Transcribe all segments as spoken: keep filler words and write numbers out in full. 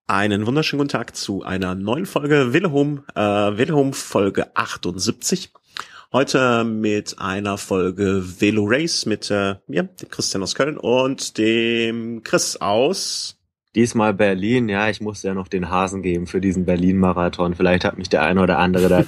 Einen wunderschönen guten Tag zu einer neuen Folge Willehom, äh, Willehom Folge achtundsiebzig. Heute mit einer Folge Velo Race mit äh, mir, dem Christian aus Köln und dem Chris aus... Diesmal Berlin, ja, ich musste ja noch den Hasen geben für diesen Berlin-Marathon. Vielleicht hat mich der eine oder andere da...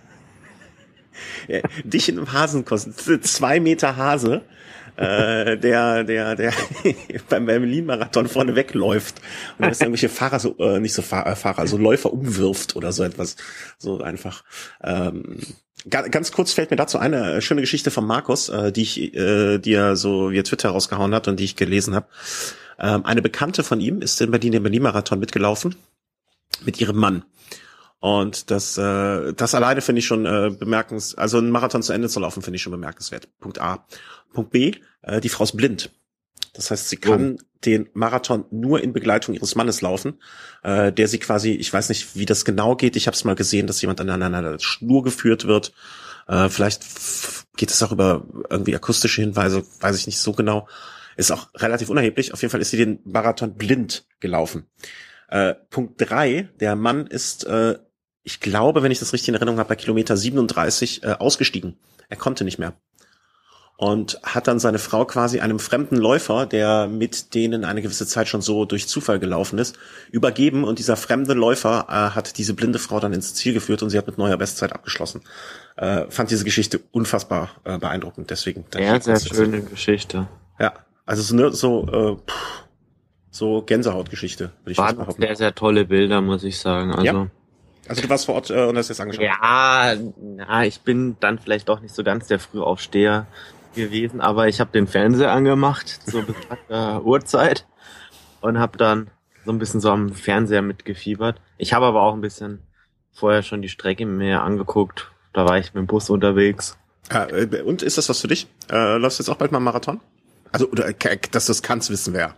ja, dich in einem Hasen kostet zwei Meter Hase. äh, der, der, der beim Berlin-Marathon vorne wegläuft und dann irgendwelche Fahrer so, äh, nicht so Fahr- äh, Fahrer, so Läufer umwirft oder so etwas. So einfach. Ähm, ga- ganz kurz fällt mir dazu eine schöne Geschichte von Markus, äh, die ich, äh, die er so via Twitter rausgehauen hat und die ich gelesen habe. Ähm, eine Bekannte von ihm ist in Berlin den Berlin-Marathon mitgelaufen mit ihrem Mann. Und das, äh, das alleine finde ich schon äh, bemerkenswert. Also einen Marathon zu Ende zu laufen, finde ich schon bemerkenswert. Punkt A. Punkt B, äh, die Frau ist blind. Das heißt, sie kann oh. den Marathon nur in Begleitung ihres Mannes laufen, äh, der sie quasi, ich weiß nicht, wie das genau geht. Ich habe es mal gesehen, dass jemand an einer Schnur geführt wird. Äh, vielleicht f- geht es auch über irgendwie akustische Hinweise, weiß ich nicht so genau. Ist auch relativ unerheblich. Auf jeden Fall ist sie den Marathon blind gelaufen. Äh, Punkt drei, der Mann ist, äh, ich glaube, wenn ich das richtig in Erinnerung habe, bei Kilometer siebenunddreißig äh, ausgestiegen. Er konnte nicht mehr. Und hat dann seine Frau quasi einem fremden Läufer, der mit denen eine gewisse Zeit schon so durch Zufall gelaufen ist, übergeben. Und dieser fremde Läufer äh, hat diese blinde Frau dann ins Ziel geführt und sie hat mit neuer Bestzeit abgeschlossen. Äh, fand diese Geschichte unfassbar äh, beeindruckend. Deswegen. Ja, sehr schöne Geschichte. Ja, also so, ne, so äh, pff, so Gänsehautgeschichte, würde ich fast behaupten. Waren sehr, sehr tolle Bilder, muss ich sagen. Also, ja. Also du warst vor Ort äh, und hast es angeschaut? Ja, na, ich bin dann vielleicht doch nicht so ganz der Frühaufsteher gewesen, aber ich habe den Fernseher angemacht zur besagter Uhrzeit und habe dann so ein bisschen so am Fernseher mitgefiebert. Ich habe aber auch ein bisschen vorher schon die Strecke mir angeguckt. Da war ich mit dem Bus unterwegs. Äh, und ist das was für dich? Äh, läufst du jetzt auch bald mal einen Marathon? Also, oder dass du es kannst, wissen wir ja.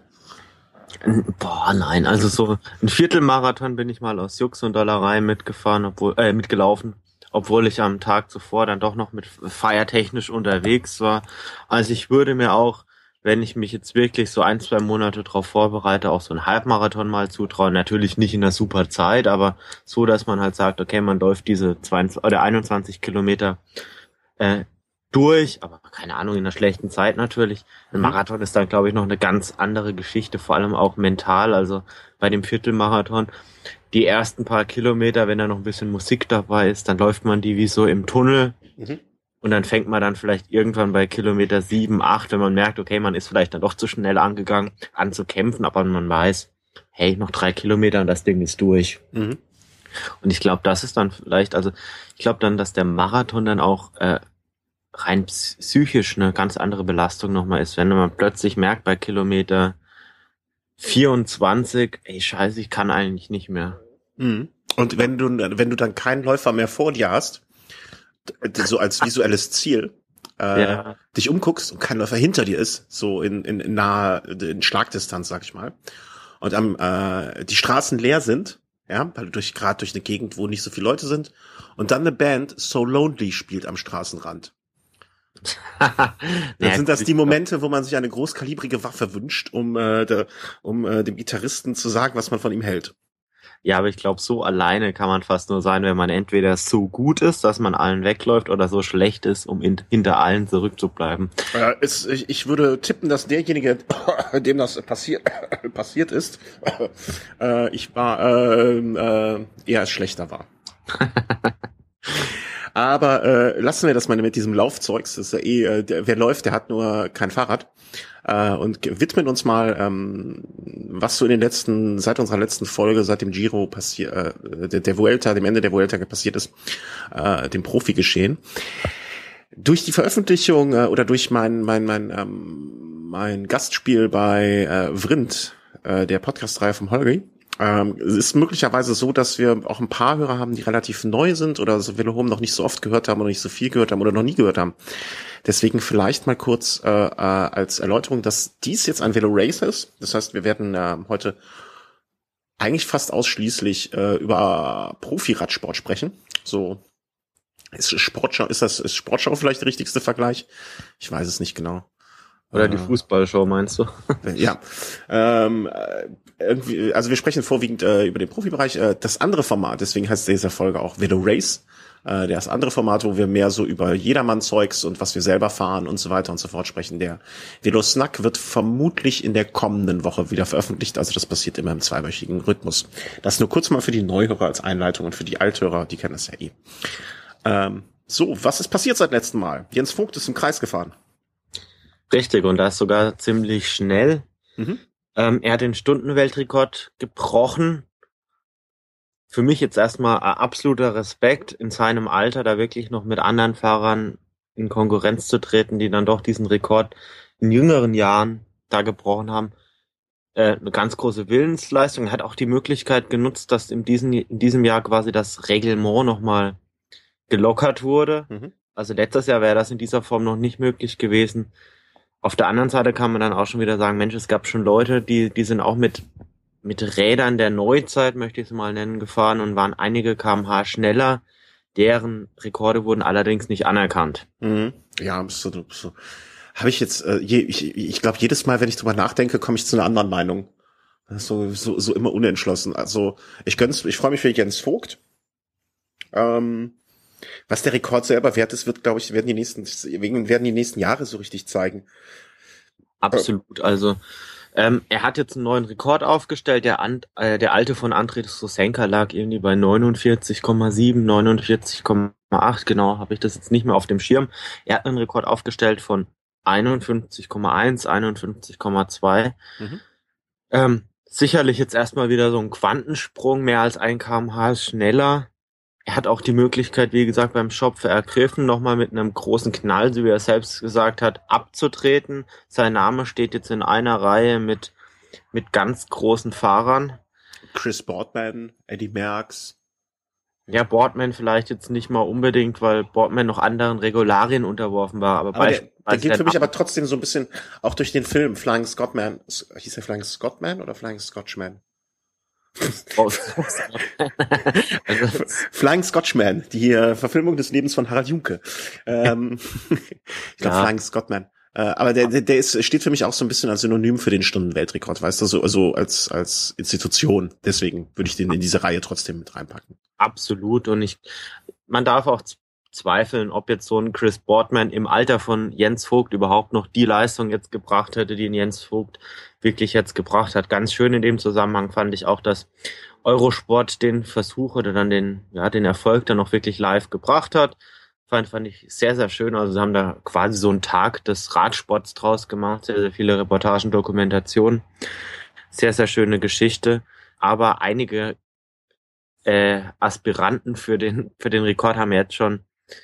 Boah, nein, also so ein Viertelmarathon bin ich mal aus Jux und Dollerei mitgefahren, obwohl äh, mitgelaufen, obwohl ich am Tag zuvor dann doch noch mit feiertechnisch unterwegs war. Also ich würde mir auch, wenn ich mich jetzt wirklich so ein, zwei Monate drauf vorbereite, auch so einen Halbmarathon mal zutrauen. Natürlich nicht in einer super Zeit, aber so, dass man halt sagt, okay, man läuft diese zweiundzwanzig oder einundzwanzig Kilometer äh, durch, aber keine Ahnung, in einer schlechten Zeit natürlich. Ein Marathon ist dann, glaube ich, noch eine ganz andere Geschichte, vor allem auch mental. Also bei dem Viertelmarathon, die ersten paar Kilometer, wenn da noch ein bisschen Musik dabei ist, dann läuft man die wie so im Tunnel. Mhm. Und dann fängt man dann vielleicht irgendwann bei Kilometer sieben, acht, wenn man merkt, okay, man ist vielleicht dann doch zu schnell angegangen, an zu kämpfen, aber man weiß, hey, noch drei Kilometer und das Ding ist durch. Mhm. Und ich glaube, das ist dann vielleicht, also ich glaube dann, dass der Marathon dann auch äh, rein psychisch eine ganz andere Belastung nochmal ist, wenn man plötzlich merkt bei Kilometer vierundzwanzig, ey scheiße, ich kann eigentlich nicht mehr. Mhm. Und wenn du wenn du dann keinen Läufer mehr vor dir hast, so als visuelles Ziel, äh, ja. dich umguckst und kein Läufer hinter dir ist, so in in, in naher in Schlagdistanz, sag ich mal, und am äh, die Straßen leer sind, ja, weil du durch gerade durch eine Gegend, wo nicht so viele Leute sind, und dann eine Band So Lonely spielt am Straßenrand. Dann ja, sind das die Momente, wo man sich eine großkalibrige Waffe wünscht, um äh, de, um äh, dem Gitarristen zu sagen, was man von ihm hält. Ja, aber ich glaube, so alleine kann man fast nur sein, wenn man entweder so gut ist, dass man allen wegläuft, oder so schlecht ist, um in, hinter allen zurückzubleiben. Äh, es, ich, ich würde tippen, dass derjenige, dem das passiert passiert ist, äh, ich war äh, äh, eher schlechter war. Aber äh, lassen wir das mal mit diesem Laufzeugs. Das ist ja eh, äh, der, wer läuft, der hat nur kein Fahrrad. Äh, und widmen uns mal, ähm, was so in den letzten, seit unserer letzten Folge, seit dem Giro passiert, äh, der, der Vuelta, dem Ende der Vuelta passiert ist, äh, dem Profi-Geschehen. Durch die Veröffentlichung äh, oder durch mein mein mein ähm, mein Gastspiel bei äh, Vrind, äh, der Podcast-Reihe vom Holgi. Ähm, es ist möglicherweise so, dass wir auch ein paar Hörer haben, die relativ neu sind oder so Velehom noch nicht so oft gehört haben oder nicht so viel gehört haben oder noch nie gehört haben. Deswegen vielleicht mal kurz äh, äh, als Erläuterung, dass dies jetzt ein Velo Race ist. Das heißt, wir werden äh, heute eigentlich fast ausschließlich äh, über Profi-Radsport sprechen. So ist Sportschau, ist das ist Sportschau vielleicht der richtigste Vergleich? Ich weiß es nicht genau. Oder die Fußballshow, meinst du? Ja. Ähm, irgendwie, also wir sprechen vorwiegend äh, über den Profibereich. Äh, das andere Format, deswegen heißt diese Folge auch Velo Race. Äh, das andere Format, wo wir mehr so über Jedermann-Zeugs und was wir selber fahren und so weiter und so fort sprechen. Der Velo Snack wird vermutlich in der kommenden Woche wieder veröffentlicht. Also das passiert immer im zweiwöchigen Rhythmus. Das nur kurz mal für die Neuhörer als Einleitung und für die Althörer, die kennen das ja eh. Ähm, so, was ist passiert seit letztem Mal? Jens Vogt ist im Kreis gefahren. Richtig, und das sogar ziemlich schnell. Mhm. Ähm, er hat den Stundenweltrekord gebrochen. Für mich jetzt erstmal ein absoluter Respekt, in seinem Alter da wirklich noch mit anderen Fahrern in Konkurrenz zu treten, die dann doch diesen Rekord in jüngeren Jahren da gebrochen haben. Äh, eine ganz große Willensleistung. Er hat auch die Möglichkeit genutzt, dass in diesem, in diesem Jahr quasi das Reglement nochmal gelockert wurde. Mhm. Also letztes Jahr wäre das in dieser Form noch nicht möglich gewesen. Auf der anderen Seite kann man dann auch schon wieder sagen, Mensch, es gab schon Leute, die die sind auch mit mit Rädern der Neuzeit, möchte ich es mal nennen, gefahren und waren einige Kilometer pro Stunde schneller. Deren Rekorde wurden allerdings nicht anerkannt. Mhm. Ja, so, so. Habe ich jetzt, äh, je, ich, ich glaube, jedes Mal, wenn ich drüber nachdenke, komme ich zu einer anderen Meinung. So, so, so immer unentschlossen. Also ich gönn's, ich freue mich für Jens Vogt. Ähm, Was der Rekord selber wert ist, wird, glaube ich, werden die nächsten, werden die nächsten Jahre so richtig zeigen. Absolut. Also ähm, er hat jetzt einen neuen Rekord aufgestellt. Der, An äh, der alte von Andrei Sosenka lag irgendwie bei neunundvierzig Komma sieben, neunundvierzig Komma acht. Genau, habe ich das jetzt nicht mehr auf dem Schirm. Er hat einen Rekord aufgestellt von einundfünfzig Komma eins, einundfünfzig Komma zwei. Mhm. Ähm, sicherlich jetzt erstmal wieder so ein Quantensprung, mehr als ein Kilometer pro Stunde schneller. Er hat auch die Möglichkeit, wie gesagt, beim Schopf ergriffen, nochmal mit einem großen Knall, so wie er selbst gesagt hat, abzutreten. Sein Name steht jetzt in einer Reihe mit mit ganz großen Fahrern. Chris Boardman, Eddie Merckx. Ja, Boardman vielleicht jetzt nicht mal unbedingt, weil Boardman noch anderen Regularien unterworfen war. Aber, aber der, der geht für mich aber trotzdem so ein bisschen, auch durch den Film Flying Scotsman. Hieß der Flying Scotsman oder Flying Scotchman? Oh, also, Flying Scotchman, die äh, Verfilmung des Lebens von Harald Junke. Ähm, ich glaube ja. Flying Scotsman. Äh, aber der, der, der ist, steht für mich auch so ein bisschen als Synonym für den Stundenweltrekord, weißt du, so also als als Institution. Deswegen würde ich den in diese Reihe trotzdem mit reinpacken. Absolut. Und ich, man darf auch zweifeln, ob jetzt so ein Chris Boardman im Alter von Jens Vogt überhaupt noch die Leistung jetzt gebracht hätte, die ihn Jens Vogt wirklich jetzt gebracht hat. Ganz schön in dem Zusammenhang fand ich auch, dass Eurosport den Versuch oder dann den, ja, den Erfolg dann noch wirklich live gebracht hat. Fand, fand ich sehr, sehr schön. Also sie haben da quasi so einen Tag des Radsports draus gemacht. Sehr, sehr viele Reportagen, Dokumentationen. Sehr, sehr schöne Geschichte. Aber einige äh, Aspiranten für den, für den Rekord haben jetzt schon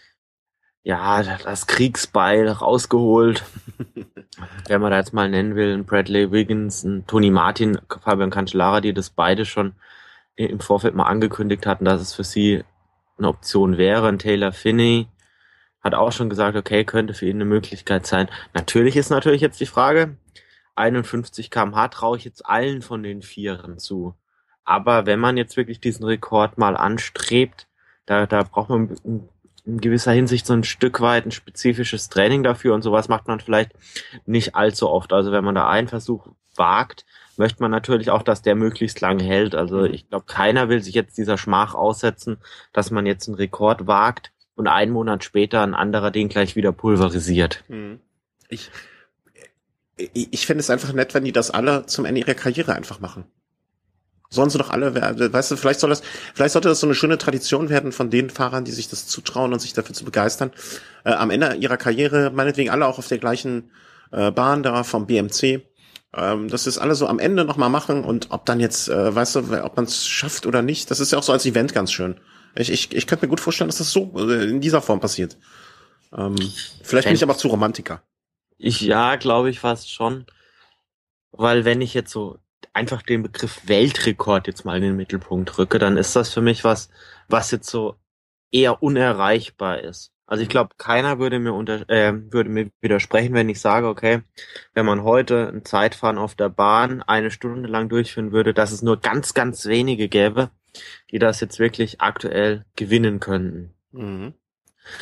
ja, das Kriegsbeil rausgeholt. Wenn man da jetzt mal nennen will, ein Bradley Wiggins, ein Tony Martin, Fabian Cancellara, die das beide schon im Vorfeld mal angekündigt hatten, dass es für sie eine Option wäre. Ein Taylor Finney hat auch schon gesagt, okay, könnte für ihn eine Möglichkeit sein. Natürlich ist natürlich jetzt die Frage, einundfünfzig Kilometer pro Stunde traue ich jetzt allen von den Vieren zu. Aber wenn man jetzt wirklich diesen Rekord mal anstrebt, da, da braucht man in gewisser Hinsicht so ein Stück weit ein spezifisches Training dafür und sowas macht man vielleicht nicht allzu oft. Also wenn man da einen Versuch wagt, möchte man natürlich auch, dass der möglichst lange hält. Also ich glaube, keiner will sich jetzt dieser Schmach aussetzen, dass man jetzt einen Rekord wagt und einen Monat später ein anderer den gleich wieder pulverisiert. Ich, ich, ich finde es einfach nett, wenn die das alle zum Ende ihrer Karriere einfach machen. Sollen sie doch alle, weißt du, vielleicht soll das, vielleicht sollte das so eine schöne Tradition werden von den Fahrern, die sich das zutrauen und sich dafür zu begeistern. Äh, am Ende ihrer Karriere, meinetwegen alle auch auf der gleichen äh, Bahn da vom B M C, ähm, dass das alle so am Ende nochmal machen und ob dann jetzt, äh, weißt du, ob man es schafft oder nicht, das ist ja auch so als Event ganz schön. Ich, ich, ich könnte mir gut vorstellen, dass das so äh, in dieser Form passiert. Ähm, vielleicht bin ich aber zu Romantiker. Ich, ja, glaube ich fast schon. Weil wenn ich jetzt so einfach den Begriff Weltrekord jetzt mal in den Mittelpunkt rücke, dann ist das für mich was, was jetzt so eher unerreichbar ist. Also ich glaube, keiner würde mir unter, äh, würde mir widersprechen, wenn ich sage, okay, wenn man heute ein Zeitfahren auf der Bahn eine Stunde lang durchführen würde, dass es nur ganz, ganz wenige gäbe, die das jetzt wirklich aktuell gewinnen könnten. Mhm.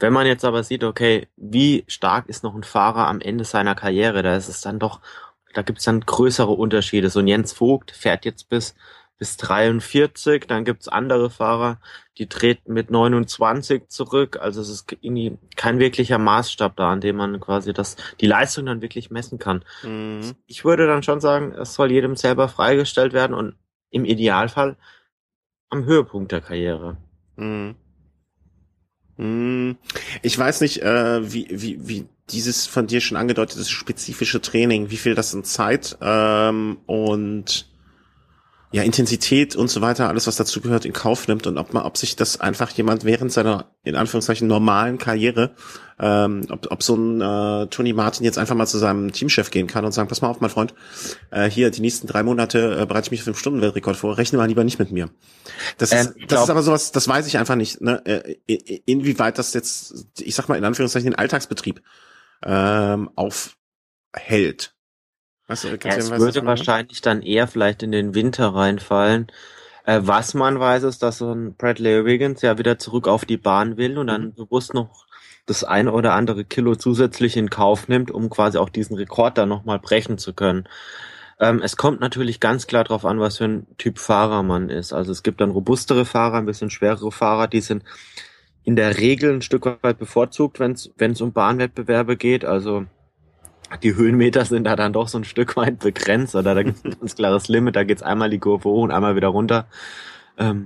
Wenn man jetzt aber sieht, okay, wie stark ist noch ein Fahrer am Ende seiner Karriere, da ist es dann doch, da gibt es dann größere Unterschiede. So ein Jens Vogt fährt jetzt bis bis dreiundvierzig, dann gibt's andere Fahrer, die treten mit neunundzwanzig zurück. Also es ist irgendwie kein wirklicher Maßstab da, an dem man quasi das die Leistung dann wirklich messen kann. Mhm. Ich würde dann schon sagen, es soll jedem selber freigestellt werden und im Idealfall am Höhepunkt der Karriere. Mhm. Mhm. Ich weiß nicht, äh, wie, wie, wie dieses von dir schon angedeutete spezifische Training, wie viel das in Zeit ähm, und ja, Intensität und so weiter, alles was dazugehört, in Kauf nimmt und ob man, ob sich das einfach jemand während seiner, in Anführungszeichen, normalen Karriere, ähm, ob, ob so ein äh, Tony Martin jetzt einfach mal zu seinem Teamchef gehen kann und sagen, pass mal auf, mein Freund, äh, hier die nächsten drei Monate äh, bereite ich mich auf den Fünf-Stunden-Weltrekord vor, rechne mal lieber nicht mit mir. Das ist, Ähm, das glaub, ist aber sowas, das weiß ich einfach nicht, ne? Äh, inwieweit das jetzt, ich sag mal in Anführungszeichen, den Alltagsbetrieb ähm, aufhält. Was, ja, es würde wahrscheinlich dann eher vielleicht in den Winter reinfallen. Äh, was man weiß, ist, dass so ein Bradley Wiggins ja wieder zurück auf die Bahn will und dann mhm. bewusst noch das eine oder andere Kilo zusätzlich in Kauf nimmt, um quasi auch diesen Rekord dann nochmal brechen zu können. Ähm, es kommt natürlich ganz klar drauf an, was für ein Typ Fahrer man ist. Also es gibt dann robustere Fahrer, ein bisschen schwerere Fahrer, die sind in der Regel ein Stück weit bevorzugt, wenn es wenn es um Bahnwettbewerbe geht. Also die Höhenmeter sind da dann doch so ein Stück weit begrenzt, oder da gibt es ein ganz klares Limit, da geht's einmal die Kurve hoch und einmal wieder runter. Ähm,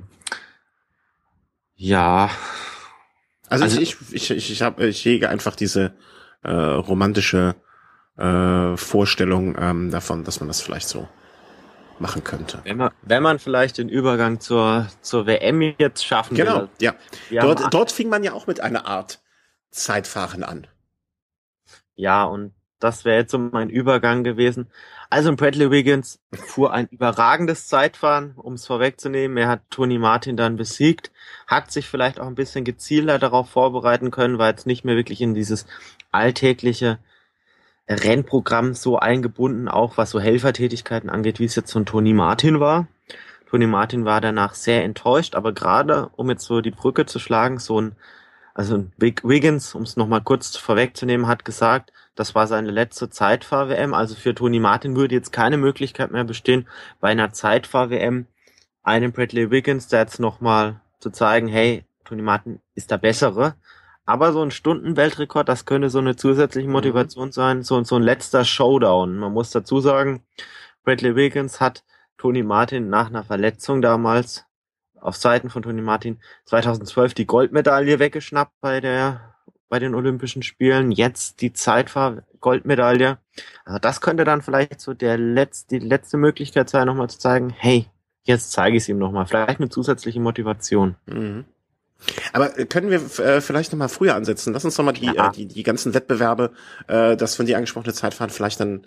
ja. Also, also ich, ich, ich, ich, hab, ich hege einfach diese äh, romantische äh, Vorstellung ähm, davon, dass man das vielleicht so machen könnte. Wenn man, wenn man vielleicht den Übergang zur, zur W M jetzt schaffen genau, will. Genau, ja. Dort, dort fing man ja auch mit einer Art Zeitfahren an. Ja, und das wäre jetzt so mein Übergang gewesen. Also Bradley Wiggins fuhr ein überragendes Zeitfahren, um es vorwegzunehmen. Er hat Tony Martin dann besiegt, hat sich vielleicht auch ein bisschen gezielter darauf vorbereiten können, war jetzt nicht mehr wirklich in dieses alltägliche Rennprogramm so eingebunden, auch was so Helfertätigkeiten angeht, wie es jetzt von Tony Martin war. Tony Martin war danach sehr enttäuscht, aber gerade, um jetzt so die Brücke zu schlagen, so ein Also Wiggins, um es nochmal kurz vorwegzunehmen, hat gesagt, das war seine letzte Zeitfahr-W M. Also für Tony Martin würde jetzt keine Möglichkeit mehr bestehen, bei einer Zeitfahr-W M einem Bradley Wiggins da jetzt nochmal zu zeigen, hey, Tony Martin ist der Bessere. Aber so ein Stundenweltrekord, das könnte so eine zusätzliche Motivation sein, so, so ein letzter Showdown. Man muss dazu sagen, Bradley Wiggins hat Tony Martin nach einer Verletzung damals auf Seiten von Tony Martin zweitausendzwölf die Goldmedaille weggeschnappt bei der bei den Olympischen Spielen, jetzt die Zeitfahr-Goldmedaille. Also das könnte dann vielleicht so der letzte, die letzte Möglichkeit sein, nochmal zu zeigen, hey, jetzt zeige ich es ihm nochmal, vielleicht mit zusätzlicher Motivation. Mhm. Aber können wir äh, vielleicht nochmal früher ansetzen? Lass uns doch mal die, ja. äh, die, die ganzen Wettbewerbe, äh, das von dir angesprochene Zeitfahren vielleicht dann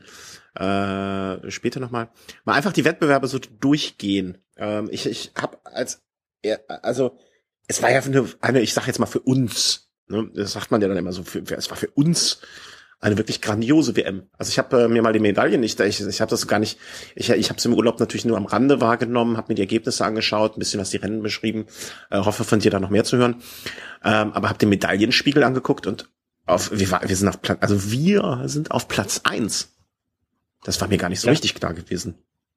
äh, später nochmal, mal einfach die Wettbewerbe so durchgehen. Ähm, ich ich habe als, also es war ja eine, eine, ich sag jetzt mal für uns, ne, das sagt man ja dann immer so, für, es war für uns eine wirklich grandiose W M. Also ich habe äh, mir mal die Medaillen nicht, ich, ich habe das gar nicht, ich, ich habe es im Urlaub natürlich nur am Rande wahrgenommen, habe mir die Ergebnisse angeschaut, ein bisschen was die Rennen beschrieben, äh, hoffe von dir da noch mehr zu hören, ähm, aber habe den Medaillenspiegel angeguckt und auf, wir, wir sind auf Platz, also wir sind auf Platz eins. Das war mir gar nicht so ja. richtig klar gewesen.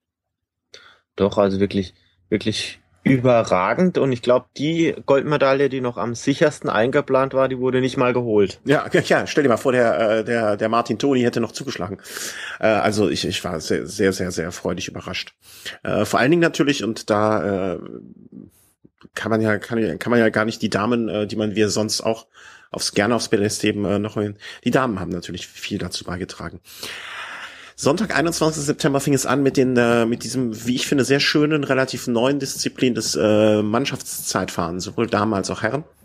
Doch, also wirklich, wirklich überragend. Und ich glaube, die Goldmedaille, die noch am sichersten eingeplant war, die wurde nicht mal geholt. Ja, ja, stell dir mal vor, der der der Martin Toni hätte noch zugeschlagen. Also ich ich war sehr sehr sehr sehr freudig überrascht. Vor allen Dingen natürlich, und da kann man ja kann, kann man ja gar nicht die Damen, die man wir sonst auch aufs gerne aufs Podest heben, noch die Damen haben natürlich viel dazu beigetragen. Sonntag, einundzwanzigsten September fing es an mit den äh, mit diesem, wie ich finde, sehr schönen, relativ neuen Disziplin des äh, Mannschaftszeitfahren, sowohl Damen als auch Herren.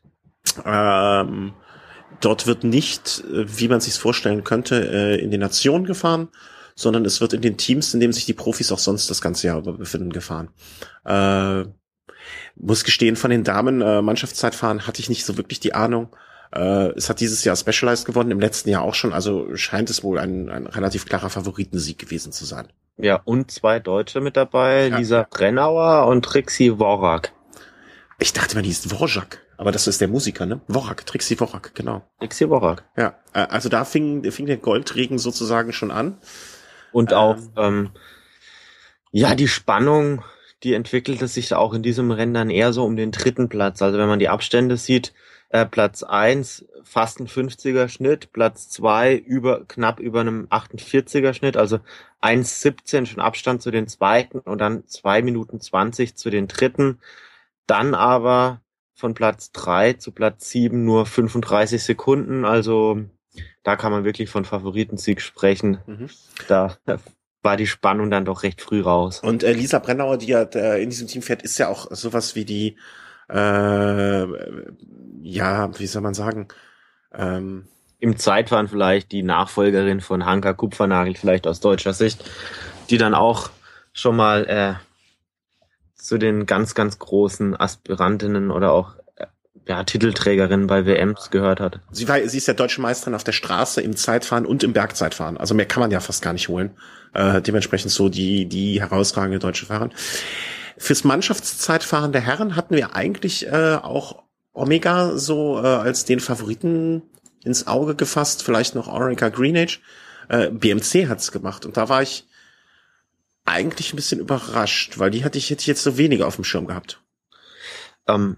Ähm, dort wird nicht, wie man sich vorstellen könnte, äh, in den Nationen gefahren, sondern es wird in den Teams, in denen sich die Profis auch sonst das ganze Jahr über befinden, gefahren. Äh, muss gestehen, von den Damen äh, Mannschaftszeitfahren hatte ich nicht so wirklich die Ahnung. Es hat dieses Jahr Specialized gewonnen, im letzten Jahr auch schon, also scheint es wohl ein, ein relativ klarer Favoritensieg gewesen zu sein. Ja, und zwei Deutsche mit dabei, ja. Lisa Brennauer und Trixie Worak. Ich dachte mal, die ist Dvorak. Aber das ist der Musiker, ne? Dvorak, Trixie Dvorak, genau. Trixie Dvorak. Ja, also da fing, fing der Goldregen sozusagen schon an. Und ähm, auch, ähm, ja, die Spannung, die entwickelte sich auch in diesem Rennen dann eher so um den dritten Platz. Also wenn man die Abstände sieht, äh, Platz eins fast ein fünfziger Schnitt, Platz zwei über knapp über einem achtundvierziger Schnitt, also eins siebzehn schon Abstand zu den zweiten und dann zwei Minuten zwanzig zu den dritten. Dann aber von Platz drei zu Platz sieben nur fünfunddreißig Sekunden, also da kann man wirklich von Favoritensieg sprechen. Mhm. Da war die Spannung dann doch recht früh raus. Und äh, Lisa Brennauer, die ja äh, in diesem Team fährt, ist ja auch sowas wie die, äh, ja, wie soll man sagen, ähm, im Zeitfahren vielleicht die Nachfolgerin von Hanka Kupfernagel, vielleicht aus deutscher Sicht, die dann auch schon mal äh, zu den ganz, ganz großen Aspirantinnen oder auch äh, ja, Titelträgerin bei W Ms gehört hat. Sie war, sie ist ja deutsche Meisterin auf der Straße, im Zeitfahren und im Bergzeitfahren. Also mehr kann man ja fast gar nicht holen. Äh, dementsprechend so die die herausragende deutsche Fahrerin. Fürs Mannschaftszeitfahren der Herren hatten wir eigentlich äh, auch Omega so äh, als den Favoriten ins Auge gefasst. Vielleicht noch Orica Greenage. Äh, B M C hat's gemacht und da war ich eigentlich ein bisschen überrascht, weil die hatte ich, hätte ich jetzt so weniger auf dem Schirm gehabt. Ähm,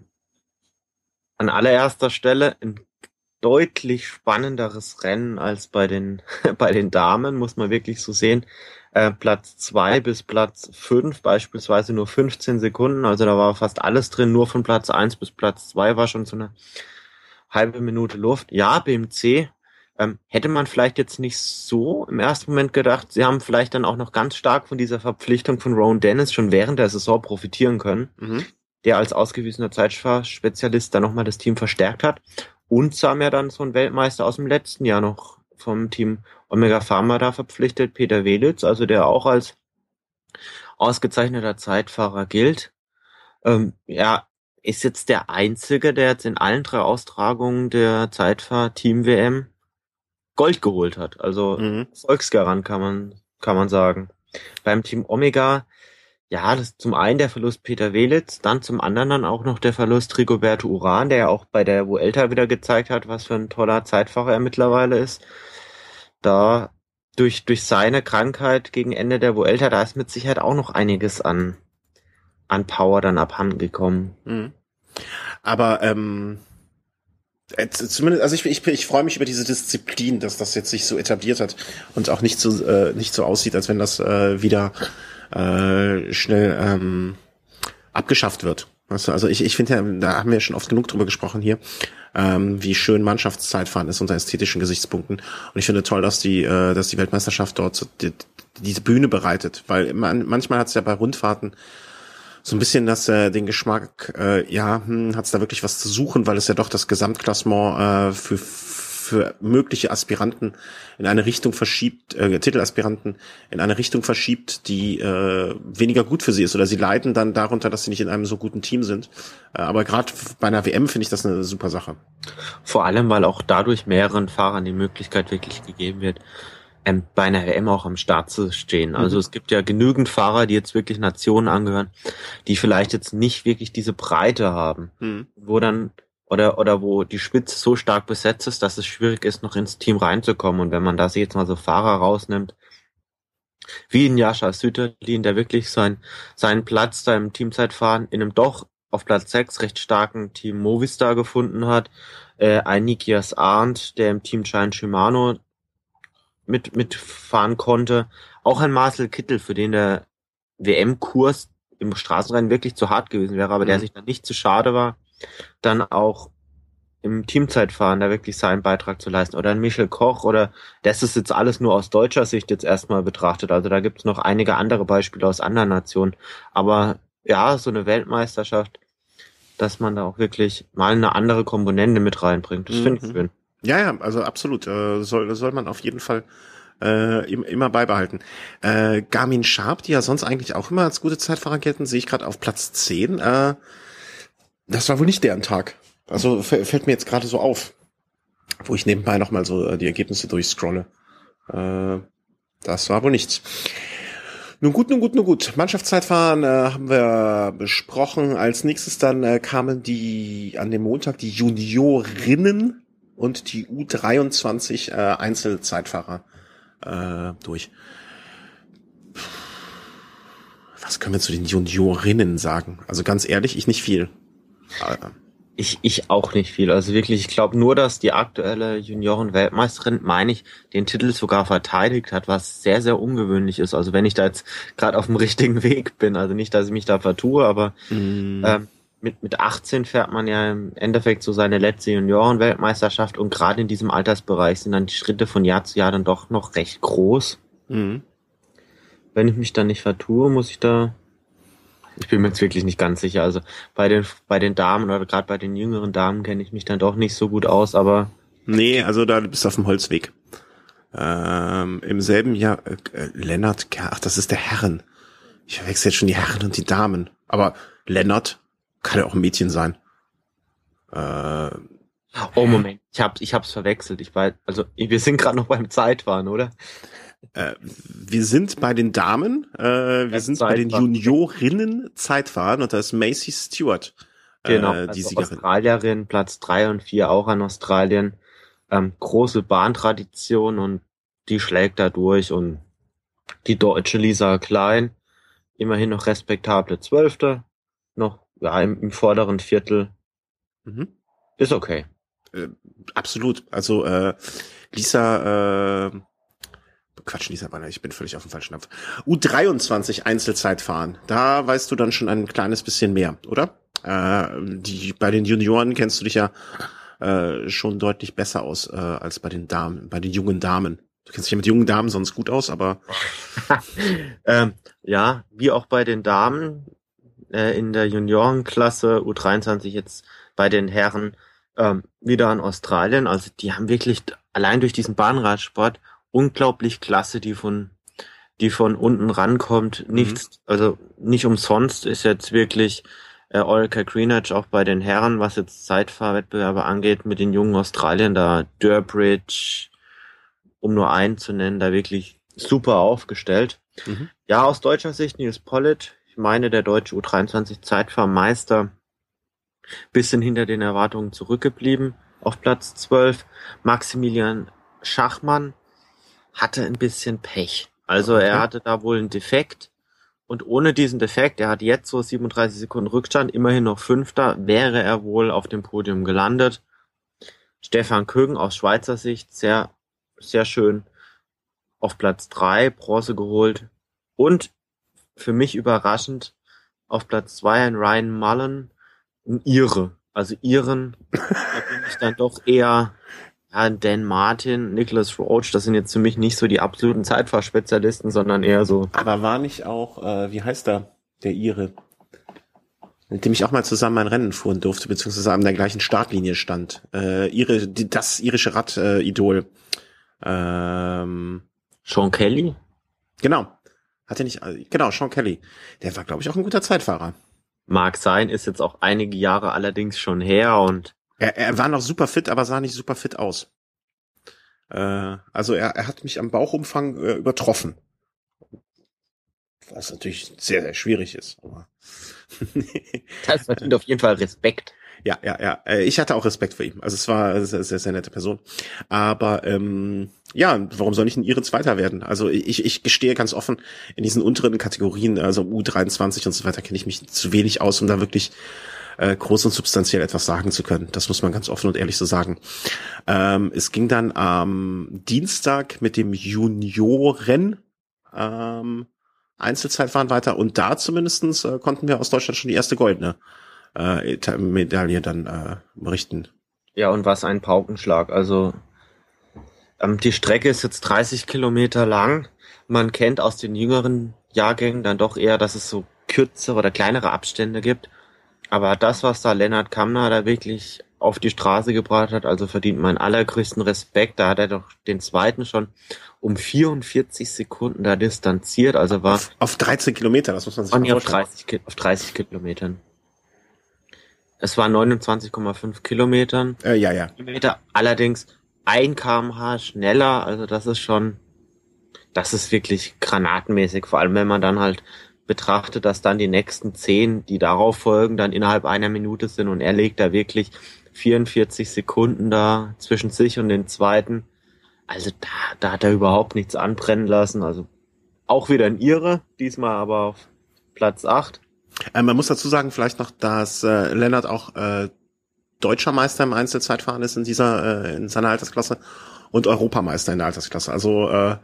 an allererster Stelle ein deutlich spannenderes Rennen als bei den bei den Damen, muss man wirklich so sehen. Äh, Platz zwei bis Platz fünf beispielsweise nur fünfzehn Sekunden, also da war fast alles drin, nur von Platz eins bis Platz zwei war schon so eine halbe Minute Luft. Ja, B M C ähm, hätte man vielleicht jetzt nicht so im ersten Moment gedacht. Sie haben vielleicht dann auch noch ganz stark von dieser Verpflichtung von Rowan Dennis schon während der Saison profitieren können, mhm. der als ausgewiesener Zeitfahrspezialist dann nochmal das Team verstärkt hat. Und sie haben ja dann so einen Weltmeister aus dem letzten Jahr noch vom Team Omega Pharma da verpflichtet, Peter Welitz, also der auch als ausgezeichneter Zeitfahrer gilt. Ähm, ja, ist jetzt der Einzige, der jetzt in allen drei Austragungen der Zeitfahr-Team-W M Gold geholt hat. Also mhm. Volksgarant kann man kann man sagen. Beim Team Omega, ja, das ist zum einen der Verlust Peter Welitz, dann zum anderen dann auch noch der Verlust Rigoberto Uran, der ja auch bei der Vuelta wieder gezeigt hat, was für ein toller Zeitfahrer er mittlerweile ist. Da durch durch seine Krankheit gegen Ende der Vuelta, da ist mit Sicherheit auch noch einiges an an Power dann abhanden gekommen. Mhm. Aber ähm, zumindest, also ich ich, ich freue mich über diese Disziplin, dass das jetzt sich so etabliert hat und auch nicht so äh, nicht so aussieht, als wenn das äh, wieder äh, schnell ähm, abgeschafft wird. Weißt du, also ich ich finde ja, da haben wir schon oft genug drüber gesprochen hier, ähm, wie schön Mannschaftszeitfahren ist unter ästhetischen Gesichtspunkten. Und ich finde toll, dass die äh, dass die Weltmeisterschaft dort so die, diese Bühne bereitet, weil man, manchmal hat es ja bei Rundfahrten so ein bisschen das äh, den Geschmack, äh, ja, hm, hat es da wirklich was zu suchen, weil es ja doch das Gesamtklassement äh, für für mögliche Aspiranten in eine Richtung verschiebt, äh, Titelaspiranten in eine Richtung verschiebt, die äh, weniger gut für sie ist, oder sie leiden dann darunter, dass sie nicht in einem so guten Team sind. Äh, aber gerade bei einer W M finde ich das eine super Sache. Vor allem, weil auch dadurch mehreren Fahrern die Möglichkeit wirklich gegeben wird, ähm, bei einer W M auch am Start zu stehen. Also mhm. es gibt ja genügend Fahrer, die jetzt wirklich Nationen angehören, die vielleicht jetzt nicht wirklich diese Breite haben, mhm. wo dann oder oder wo die Spitze so stark besetzt ist, dass es schwierig ist, noch ins Team reinzukommen. Und wenn man da sich jetzt mal so Fahrer rausnimmt, wie ein Jascha Sütterlin, der wirklich sein, seinen Platz da im Teamzeitfahren in einem doch auf Platz sechs recht starken Team Movistar gefunden hat, äh, ein Nikias Arndt, der im Team Giant Shimano mit mitfahren konnte, auch ein Marcel Kittel, für den der W M-Kurs im Straßenrennen wirklich zu hart gewesen wäre, aber mhm. der sich dann nicht zu schade war, dann auch im Teamzeitfahren da wirklich seinen Beitrag zu leisten. Oder ein Michel Koch, oder das ist jetzt alles nur aus deutscher Sicht jetzt erstmal betrachtet. Also da gibt es noch einige andere Beispiele aus anderen Nationen. Aber ja, so eine Weltmeisterschaft, dass man da auch wirklich mal eine andere Komponente mit reinbringt, das mhm. finde ich schön. Ja, ja, also absolut. Äh, soll, soll man auf jeden Fall äh, immer beibehalten. Äh, Garmin Sharp, die ja sonst eigentlich auch immer als gute Zeitfahrer gelten, sehe ich gerade auf Platz zehn. Äh, das war wohl nicht deren Tag. Also f- fällt mir jetzt gerade so auf, wo ich nebenbei nochmal so äh, die Ergebnisse durchscrolle. Äh, das war wohl nichts. Nun gut, nun gut, nun gut. Mannschaftszeitfahren äh, haben wir besprochen. Als nächstes dann äh, kamen die an dem Montag die Juniorinnen und die U dreiundzwanzig äh, Einzelzeitfahrer äh, durch. Was können wir zu den Juniorinnen sagen? Also ganz ehrlich, ich nicht viel. Äh, Ich, ich auch nicht viel. Also wirklich, ich glaube nur, dass die aktuelle Junioren-Weltmeisterin, meine ich, den Titel sogar verteidigt hat, was sehr, sehr ungewöhnlich ist. Also wenn ich da jetzt gerade auf dem richtigen Weg bin, also nicht, dass ich mich da vertue, aber mm. ähm, mit, mit achtzehn fährt man ja im Endeffekt so seine letzte Junioren-Weltmeisterschaft und gerade in diesem Altersbereich sind dann die Schritte von Jahr zu Jahr dann doch noch recht groß. Mm. Wenn ich mich da nicht vertue, muss ich da... Ich bin mir jetzt wirklich nicht ganz sicher. Also bei den bei den Damen oder gerade bei den jüngeren Damen kenne ich mich dann doch nicht so gut aus, aber... Nee, also da bist du auf dem Holzweg. Ähm, im selben Jahr, äh, Lennart, ach, das ist der Herren. Ich verwechsel jetzt schon die Herren und die Damen. Aber Lennart kann ja auch ein Mädchen sein. Äh, oh, Moment, ich hab's, ich hab's verwechselt. Ich war, also wir sind gerade noch beim Zeitfahren, oder? Äh, wir sind bei den Damen, äh, wir das sind Zeitfahren. Bei den Juniorinnen Zeitfahren und da ist Macy Stewart. Äh, genau, also die Siegerin. Australierin, Platz drei und vier auch an Australien. Ähm, große Bahntradition und die schlägt da durch und die deutsche Lisa Klein, immerhin noch respektable Zwölfte, noch ja im, im vorderen Viertel. Mhm. Ist okay. Äh, absolut, also äh, Lisa, äh, Quatsch, Lisa Banner, ich bin völlig auf dem falschen Napf. U dreiundzwanzig Einzelzeitfahren. Da weißt du dann schon ein kleines bisschen mehr, oder? Äh, die, bei den Junioren kennst du dich ja äh, schon deutlich besser aus äh, als bei den Damen, bei den jungen Damen. Du kennst dich ja mit jungen Damen sonst gut aus, aber... ähm, ja, wie auch bei den Damen äh, in der Juniorenklasse U dreiundzwanzig jetzt bei den Herren ähm, wieder in Australien. Also die haben wirklich allein durch diesen Bahnradsport unglaublich klasse, die von die von unten rankommt. Nichts, mhm. also nicht umsonst ist jetzt wirklich äh, Orica Greenwich auch bei den Herren, was jetzt Zeitfahrwettbewerbe angeht, mit den jungen Australiern, da Durbridge, um nur einen zu nennen, da wirklich super aufgestellt. Mhm. Ja, aus deutscher Sicht Nils Pollitt, ich meine, der deutsche U dreiundzwanzig Zeitfahrmeister, bisschen hinter den Erwartungen zurückgeblieben, auf Platz zwölf. Maximilian Schachmann hatte ein bisschen Pech. Also okay. Er hatte da wohl einen Defekt und ohne diesen Defekt, er hat jetzt so siebenunddreißig Sekunden Rückstand, immerhin noch Fünfter, wäre er wohl auf dem Podium gelandet. Stefan Kögen aus Schweizer Sicht, sehr, sehr schön auf Platz drei, Bronze geholt und für mich überraschend auf Platz zwei ein Ryan Mullen, ein Ire. Also Iren, da bin ich dann doch eher... Ja, Dan Martin, Nicholas Roach, das sind jetzt für mich nicht so die absoluten Zeitfahrspezialisten, sondern eher so. Aber war nicht auch, äh, wie heißt der, der Ire, mit dem ich auch mal zusammen ein Rennen fuhren durfte, beziehungsweise an der gleichen Startlinie stand. Äh, Ire, die, das irische Rad-Idol. Äh, ähm, Sean Kelly? Genau. Hat er nicht, genau, Sean Kelly. Der war, glaube ich, auch ein guter Zeitfahrer. Mag sein, ist jetzt auch einige Jahre allerdings schon her und Er, er war noch super fit, aber sah nicht super fit aus. Äh, also er, er hat mich am Bauchumfang äh, übertroffen. Was natürlich sehr, sehr schwierig ist. Aber das verdient auf jeden Fall Respekt. Ja, ja, ja. Ich hatte auch Respekt vor ihm. Also es war eine sehr, sehr, sehr nette Person. Aber ähm, ja, warum soll ich ein Ihre Zweiter werden? Also ich, ich gestehe ganz offen, in diesen unteren Kategorien, also U dreiundzwanzig und so weiter, kenne ich mich zu wenig aus, um da wirklich äh, groß und substanziell etwas sagen zu können. Das muss man ganz offen und ehrlich so sagen. Ähm, es ging dann am Dienstag mit dem Junioren ähm, Einzelzeitfahren weiter und da zumindestens äh, konnten wir aus Deutschland schon die erste goldene äh, Medaille dann äh, berichten. Ja, und was ein Paukenschlag. Also ähm, die Strecke ist jetzt dreißig Kilometer lang. Man kennt aus den jüngeren Jahrgängen dann doch eher, dass es so kürzere oder kleinere Abstände gibt. Aber das, was da Lennart Kamna da wirklich auf die Straße gebracht hat, also verdient meinen allergrößten Respekt. Da hat er doch den zweiten schon um vierundvierzig Sekunden da distanziert. Also war auf, auf dreizehn Kilometer, das muss man sich mal vorstellen. Auf dreißig, auf dreißig Kilometern. Es waren neunundzwanzig Komma fünf Kilometern. Äh, ja, ja. Kilometer, allerdings ein Kilometer pro Stunde schneller. Also das ist schon, das ist wirklich granatenmäßig, vor allem wenn man dann halt betrachtet, dass dann die nächsten zehn, die darauf folgen, dann innerhalb einer Minute sind und er legt da wirklich vierundvierzig Sekunden da zwischen sich und den zweiten. Also da, da hat er überhaupt nichts anbrennen lassen. Also auch wieder ein Ire, diesmal aber auf Platz acht. Äh, man muss dazu sagen vielleicht noch, dass äh, Lennart auch äh, deutscher Meister im Einzelzeitfahren ist in dieser äh, in seiner Altersklasse und Europameister in der Altersklasse. Also äh,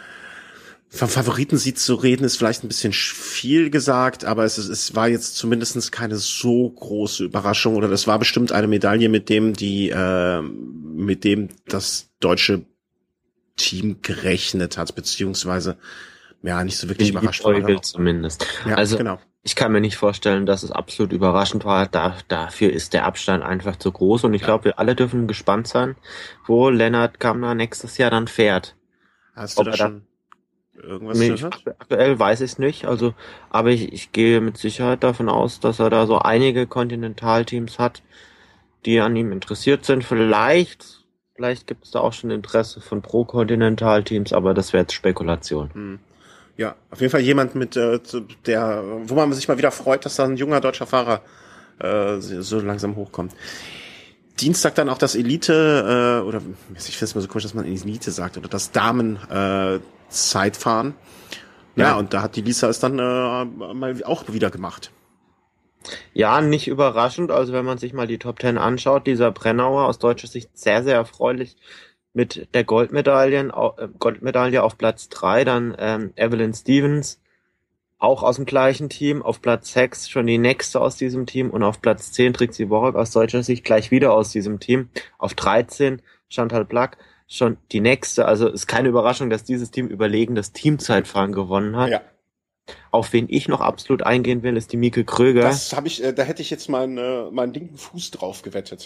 vom Favoritensieg zu reden ist vielleicht ein bisschen viel gesagt, aber es, ist, es war jetzt zumindest keine so große Überraschung oder das war bestimmt eine Medaille, mit dem die äh, mit dem das deutsche Team gerechnet hat, beziehungsweise ja nicht so wirklich überrascht war. Zumindest. Ja, also genau. Ich kann mir nicht vorstellen, dass es absolut überraschend war. Da, dafür ist der Abstand einfach zu groß und ich ja. glaube, wir alle dürfen gespannt sein, wo Lennart Kamna nächstes Jahr dann fährt. Hast du da schon irgendwas nee, gehört? Aktuell weiß ich es nicht, also, aber ich, ich gehe mit Sicherheit davon aus, dass er da so einige Kontinentalteams hat, die an ihm interessiert sind. Vielleicht, vielleicht gibt es da auch schon Interesse von Pro-Kontinentalteams, aber das wäre jetzt Spekulation. Hm. Ja, auf jeden Fall jemand mit äh, der, wo man sich mal wieder freut, dass da ein junger deutscher Fahrer äh, so langsam hochkommt. Dienstag dann auch das Elite, äh, oder ich finde es mal so komisch, dass man Elite sagt, oder das Damen äh, Zeitfahren. Ja, ja, und da hat die Lisa es dann äh, mal auch wieder gemacht. Ja, nicht überraschend. Also wenn man sich mal die Top Ten anschaut, dieser Brennauer aus deutscher Sicht sehr, sehr erfreulich mit der Goldmedaillen, äh, Goldmedaille auf Platz drei, dann ähm, Evelyn Stevens, auch aus dem gleichen Team, auf Platz sechs schon die nächste aus diesem Team und auf Platz zehn Trixie Worrack aus deutscher Sicht gleich wieder aus diesem Team. Auf dreizehn Chantal Black, schon die nächste. Also ist keine Überraschung, dass dieses Team überlegen das Teamzeitfahren gewonnen hat. Ja. Auf wen ich noch absolut eingehen will, ist die Mieke Kröger. Das habe ich, äh, da hätte ich jetzt meinen äh, meinen linken Fuß drauf gewettet.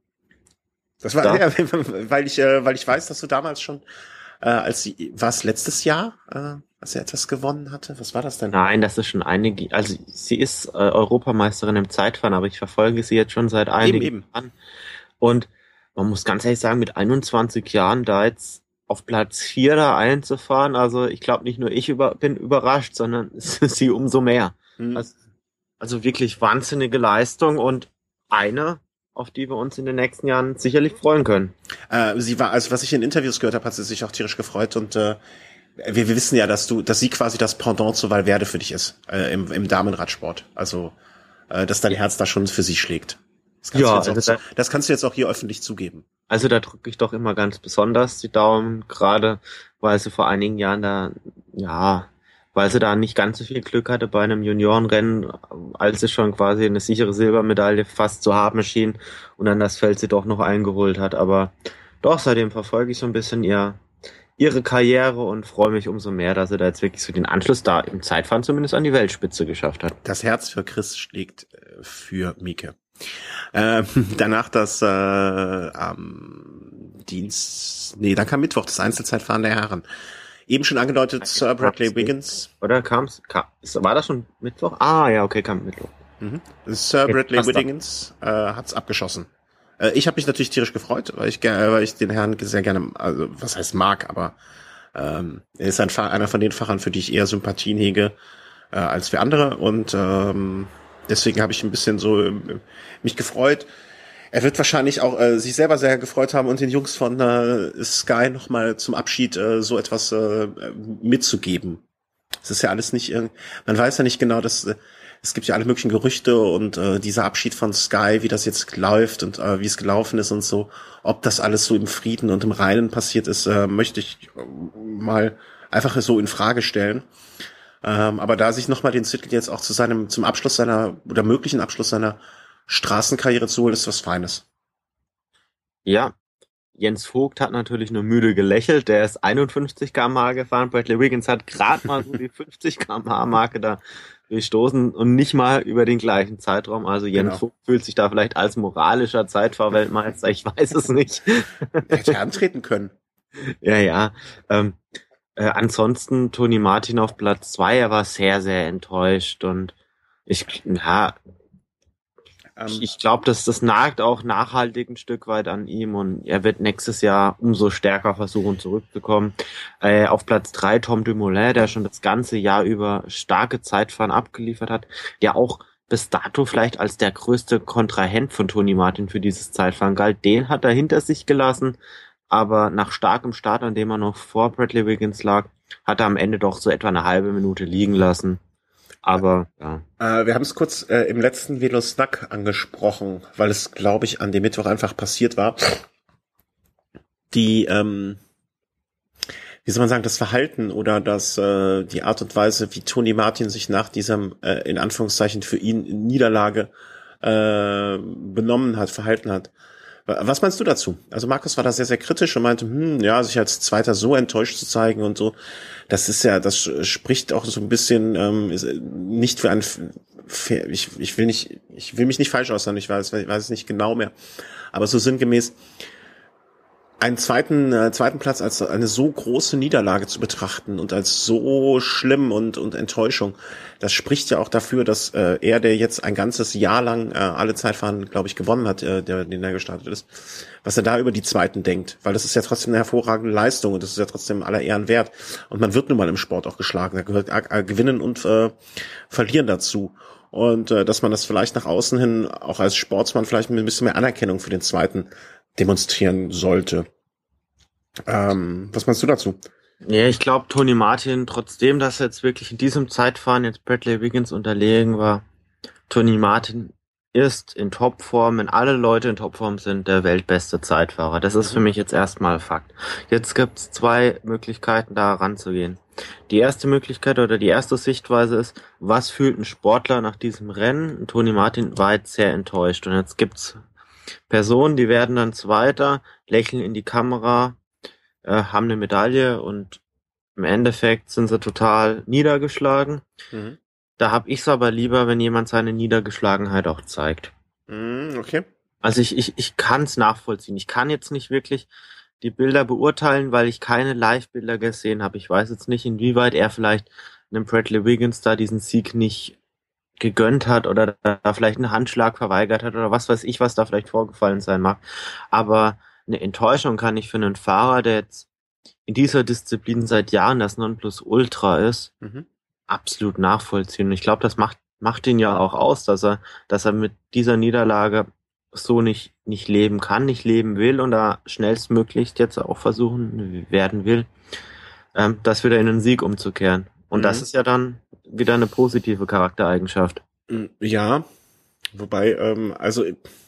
Das war, da? ja, weil ich, äh, weil ich weiß, dass du damals schon, äh, als sie, war es letztes Jahr, äh, als er etwas gewonnen hatte? Was war das denn? Nein, das ist schon einige, also sie ist äh, Europameisterin im Zeitfahren, aber ich verfolge sie jetzt schon seit einigen Jahren. Und man muss ganz ehrlich sagen, mit einundzwanzig Jahren da jetzt auf Platz vier da einzufahren, also ich glaube nicht nur ich über, bin überrascht, sondern sie umso mehr. Mhm. Also, also wirklich wahnsinnige Leistung und eine, auf die wir uns in den nächsten Jahren sicherlich freuen können. Äh, sie war, also was ich in Interviews gehört habe, hat sie sich auch tierisch gefreut und äh, wir, wir wissen ja, dass du, dass sie quasi das Pendant zu Valverde für dich ist äh, im, im Damenradsport. Also äh, dass dein Herz da schon für sie schlägt. Das kannst, ja, du jetzt also auch, da, das kannst du jetzt auch hier öffentlich zugeben. Also da drücke ich doch immer ganz besonders die Daumen, gerade weil sie vor einigen Jahren da, ja, weil sie da nicht ganz so viel Glück hatte bei einem Juniorenrennen, als sie schon quasi eine sichere Silbermedaille fast zu haben schien und dann das Feld sie doch noch eingeholt hat. Aber doch, seitdem verfolge ich so ein bisschen ihr, ihre Karriere und freue mich umso mehr, dass sie da jetzt wirklich so den Anschluss da im Zeitfahren zumindest an die Weltspitze geschafft hat. Das Herz für Chris schlägt für Mieke. Ähm, danach das äh, am Dienst, nee, dann kam Mittwoch das Einzelzeitfahren der Herren. Eben schon angedeutet, Sir Bradley Wiggins. Oder kam's? Kam, war das schon Mittwoch? Ah, ja, okay, kam Mittwoch. Mhm. Sir Bradley Wiggins äh, hat's abgeschossen. Äh, ich habe mich natürlich tierisch gefreut, weil ich, äh, weil ich den Herrn sehr gerne, also was heißt mag, aber ähm, er ist ein, einer von den Fahrern, für die ich eher Sympathien hege äh, als für andere und ähm, deswegen habe ich ein bisschen so äh, mich gefreut. Er wird wahrscheinlich auch äh, sich selber sehr gefreut haben und den Jungs von äh, Sky nochmal zum Abschied äh, so etwas äh, mitzugeben. Es ist ja alles nicht, äh, man weiß ja nicht genau, dass äh, es gibt ja alle möglichen Gerüchte und äh, dieser Abschied von Sky, wie das jetzt läuft und äh, wie es gelaufen ist und so, ob das alles so im Frieden und im Reinen passiert ist, äh, möchte ich äh, mal einfach so in Frage stellen. Ähm, aber da sich nochmal den Titel jetzt auch zu seinem, zum Abschluss seiner oder möglichen Abschluss seiner Straßenkarriere zu holen, ist was Feines. Ja, Jens Vogt hat natürlich nur müde gelächelt, der ist einundfünfzig Kilometer pro Stunde gefahren, Bradley Wiggins hat gerade mal so die fünfzig Kilometer pro Stunde Marke da durchstoßen und nicht mal über den gleichen Zeitraum, also Jens genau. Vogt fühlt sich da vielleicht als moralischer Zeitfahrweltmeister, ich weiß es nicht. Hätte antreten können. Ja, ja, ähm, äh, ansonsten Toni Martin auf Platz zwei, er war sehr, sehr enttäuscht und ich, ja, Ähm, ich ich glaube, dass das nagt auch nachhaltig ein Stück weit an ihm und er wird nächstes Jahr umso stärker versuchen zurückzukommen. Äh, auf Platz drei Tom Dumoulin, der schon das ganze Jahr über starke Zeitfahren abgeliefert hat, der auch bis dato vielleicht als der größte Kontrahent von Tony Martin für dieses Zeitfahren galt. Den hat er hinter sich gelassen, aber nach starkem Start, an dem er noch vor Bradley Wiggins lag, hat er am Ende doch so etwa eine halbe Minute liegen lassen. Aber, ja. Äh, wir haben es kurz äh, im letzten Velo-Snack angesprochen, weil es, glaube ich, an dem Mittwoch einfach passiert war. Die, ähm, wie soll man sagen, das Verhalten oder das, äh, die Art und Weise, wie Tony Martin sich nach diesem, äh, in Anführungszeichen für ihn, Niederlage äh, benommen hat, verhalten hat. Was meinst du dazu? Also Markus war da sehr, sehr kritisch und meinte, hm, ja, sich als Zweiter so enttäuscht zu zeigen und so, das ist ja, das spricht auch so ein bisschen ähm, ist nicht für ein, für, ich, ich will nicht, ich will mich nicht falsch äußern, ich weiß, ich weiß es nicht genau mehr, aber so sinngemäß, einen zweiten äh, zweiten Platz als eine so große Niederlage zu betrachten und als so schlimm und und Enttäuschung, das spricht ja auch dafür, dass äh, er, der jetzt ein ganzes Jahr lang äh, alle Zeitfahren, glaube ich, gewonnen hat, äh, der den er gestartet ist, was er da über die Zweiten denkt, weil das ist ja trotzdem eine hervorragende Leistung und das ist ja trotzdem aller Ehren wert und man wird nun mal im Sport auch geschlagen, da gehört äh, Gewinnen und äh, Verlieren dazu. Und äh, dass man das vielleicht nach außen hin auch als Sportsmann vielleicht ein bisschen mehr Anerkennung für den Zweiten demonstrieren sollte. Ähm, was meinst du dazu? Ja, ich glaube, Tony Martin, trotzdem, dass er jetzt wirklich in diesem Zeitfahren jetzt Bradley Wiggins unterlegen war, Tony Martin ist in Topform, wenn alle Leute in Topform sind, der weltbeste Zeitfahrer. Das ist für mich jetzt erstmal Fakt. Jetzt gibt's zwei Möglichkeiten, da ranzugehen. Die erste Möglichkeit oder die erste Sichtweise ist, was fühlt ein Sportler nach diesem Rennen? Tony Martin war jetzt sehr enttäuscht und jetzt gibt's Personen, die werden dann Zweiter, lächeln in die Kamera, äh, haben eine Medaille und im Endeffekt sind sie total niedergeschlagen. Mhm. Da hab ich's aber lieber, wenn jemand seine Niedergeschlagenheit auch zeigt. Mhm, okay. Also ich, ich, ich kann's nachvollziehen. Ich kann jetzt nicht wirklich die Bilder beurteilen, weil ich keine Live-Bilder gesehen habe. Ich weiß jetzt nicht, inwieweit er vielleicht einem Bradley Wiggins da diesen Sieg nicht gegönnt hat oder da vielleicht einen Handschlag verweigert hat oder was weiß ich, was da vielleicht vorgefallen sein mag. Aber eine Enttäuschung kann ich für einen Fahrer, der jetzt in dieser Disziplin seit Jahren das Nonplusultra ist, mhm. absolut nachvollziehen. Und ich glaube, das macht macht ihn ja auch aus, dass er dass er mit dieser Niederlage so nicht nicht leben kann, nicht leben will und da schnellstmöglichst jetzt auch versuchen werden will, ähm, das wieder in einen Sieg umzukehren. Und mhm. das ist ja dann wieder eine positive Charaktereigenschaft. Ja, wobei, ähm, also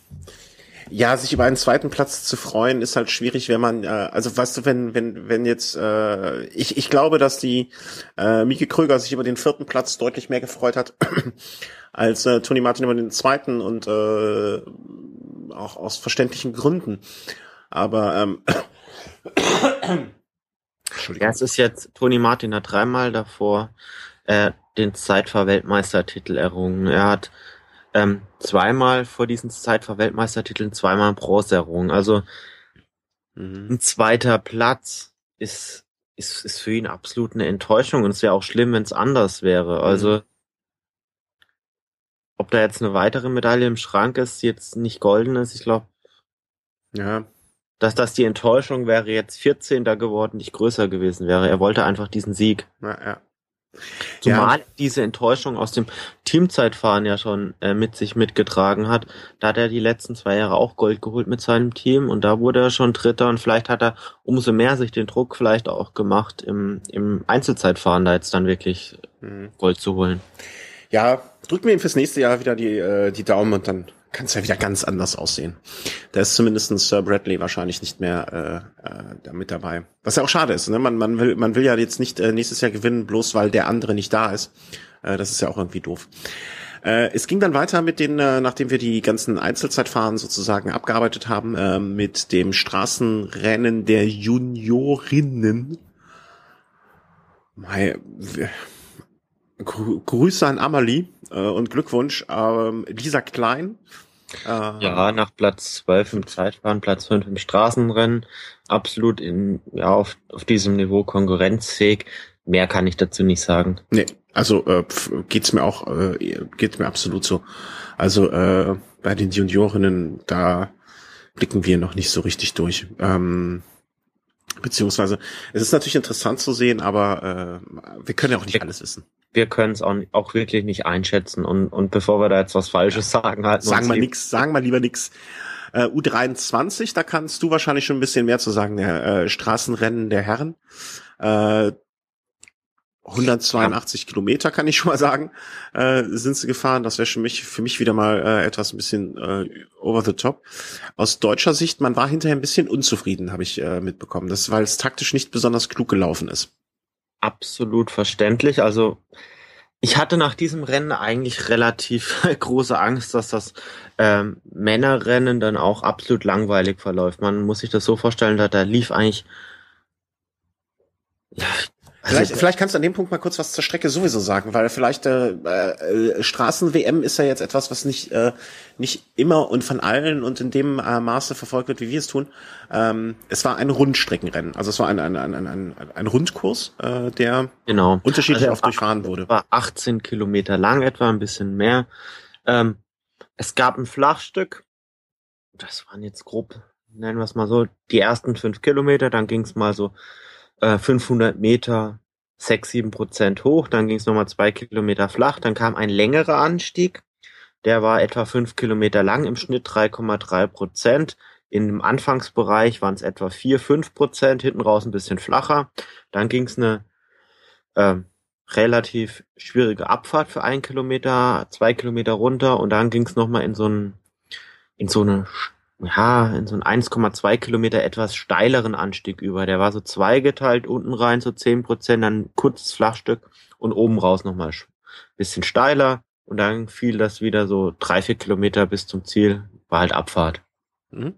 ja, sich über einen zweiten Platz zu freuen, ist halt schwierig, wenn man, äh, also weißt du, wenn wenn wenn jetzt, äh, ich ich glaube, dass die äh, Mieke Kröger sich über den vierten Platz deutlich mehr gefreut hat als äh, Tony Martin über den zweiten und äh, auch aus verständlichen Gründen. Aber ähm, Entschuldigung. Ja, es ist jetzt, Tony Martin hat dreimal davor äh, den Zeitfahr-Weltmeistertitel errungen. Er hat ähm, zweimal vor diesen Zeitfahr-Weltmeistertiteln zweimal Bronze errungen. Also mhm. ein zweiter Platz ist, ist ist für ihn absolut eine Enttäuschung und es wäre auch schlimm, wenn es anders wäre. Also mhm. ob da jetzt eine weitere Medaille im Schrank ist, die jetzt nicht golden ist, ich glaube, ja, dass das die Enttäuschung wäre, jetzt vierzehnter geworden, nicht größer gewesen wäre. Er wollte einfach diesen Sieg. Ja, ja. Zumal ja. diese Enttäuschung aus dem Teamzeitfahren ja schon äh, mit sich mitgetragen hat. Da hat er die letzten zwei Jahre auch Gold geholt mit seinem Team und da wurde er schon Dritter und vielleicht hat er umso mehr sich den Druck vielleicht auch gemacht, im, im Einzelzeitfahren da jetzt dann wirklich mhm. Gold zu holen. Ja, drücken wir ihm fürs nächste Jahr wieder die, äh, die Daumen und dann kann es ja wieder ganz anders aussehen. Da ist zumindest Sir Bradley wahrscheinlich nicht mehr äh, äh, da mit dabei. Was ja auch schade ist, ne? Man, man will, man will ja jetzt nicht äh, nächstes Jahr gewinnen, bloß weil der andere nicht da ist. Äh, das ist ja auch irgendwie doof. Äh, es ging dann weiter mit den, äh, nachdem wir die ganzen Einzelzeitfahren sozusagen abgearbeitet haben, äh, mit dem Straßenrennen der Juniorinnen. Mei, Grüße an Amalie äh, und Glückwunsch. Ähm, Lisa Klein. Äh, ja, nach Platz zwölf im Zeitfahren, Platz fünf im Straßenrennen. Absolut in ja auf, auf diesem Niveau konkurrenzfähig. Mehr kann ich dazu nicht sagen. Nee, also äh, geht's mir auch, äh, geht's mir absolut so. Also äh, bei den Juniorinnen, da blicken wir noch nicht so richtig durch. Ähm, beziehungsweise, es ist natürlich interessant zu sehen, aber äh, wir können ja auch nicht wir, alles wissen. Wir können es auch, auch wirklich nicht einschätzen. Und, und bevor wir da jetzt was Falsches ja. sagen, halt sagen wir nix, sagen wir lieber nix. Äh, U dreiundzwanzig, da kannst du wahrscheinlich schon ein bisschen mehr zu sagen. Der äh, Straßenrennen der Herren. Äh, hundertzweiundachtzig ja. Kilometer, kann ich schon mal sagen, äh, sind sie gefahren. Das wäre für mich, für mich wieder mal äh, etwas ein bisschen äh, over the top. Aus deutscher Sicht, man war hinterher ein bisschen unzufrieden, habe ich äh, mitbekommen. Das, weil es taktisch nicht besonders klug gelaufen ist. Absolut verständlich. Also ich hatte nach diesem Rennen eigentlich relativ große Angst, dass das ähm, Männerrennen dann auch absolut langweilig verläuft. Man muss sich das so vorstellen, da, da lief eigentlich ja, Vielleicht, also, vielleicht kannst du an dem Punkt mal kurz was zur Strecke sowieso sagen, weil vielleicht äh, äh, Straßen-W M ist ja jetzt etwas, was nicht äh, nicht immer und von allen und in dem äh, Maße verfolgt wird, wie wir es tun. Ähm, es war ein Rundstreckenrennen, also es war ein ein ein ein, ein, ein Rundkurs, äh, der genau. unterschiedlich also oft durchfahren wurde. War achtzehn Kilometer lang etwa, ein bisschen mehr. Ähm, es gab ein Flachstück, das waren jetzt grob, nennen wir es mal so, die ersten fünf Kilometer, dann ging es mal so fünfhundert Meter, sechs, sieben Prozent hoch, dann ging es nochmal zwei Kilometer flach, dann kam ein längerer Anstieg, der war etwa fünf Kilometer lang, im Schnitt drei Komma drei Prozent, in dem Anfangsbereich waren es etwa vier, fünf Prozent, hinten raus ein bisschen flacher, dann ging es eine äh, relativ schwierige Abfahrt für einen Kilometer, zwei Kilometer runter und dann ging es nochmal in so ein, in so eine ja, in so einen eins Komma zwei Kilometer etwas steileren Anstieg über. Der war so zweigeteilt, unten rein so zehn Prozent, dann ein kurzes Flachstück und oben raus nochmal ein bisschen steiler und dann fiel das wieder so drei, vier Kilometer bis zum Ziel, war halt Abfahrt. Mhm.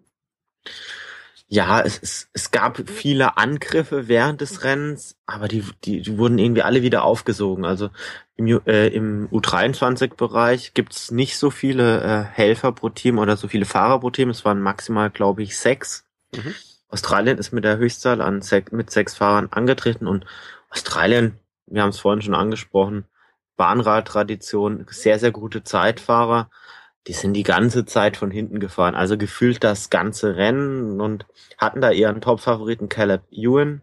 Ja, es, es, es gab viele Angriffe während des Rennens, aber die, die, die wurden irgendwie alle wieder aufgesogen. Also im, äh, im U dreiundzwanzig-Bereich gibt's nicht so viele äh, Helfer pro Team oder so viele Fahrer pro Team. Es waren maximal, glaube ich, sechs. Mhm. Australien ist mit der Höchstzahl an sech, mit sechs Fahrern angetreten und Australien, wir haben es vorhin schon angesprochen, Bahnradtradition, sehr, sehr gute Zeitfahrer. Die sind die ganze Zeit von hinten gefahren, also gefühlt das ganze Rennen und hatten da ihren Top-Favoriten Caleb Ewan,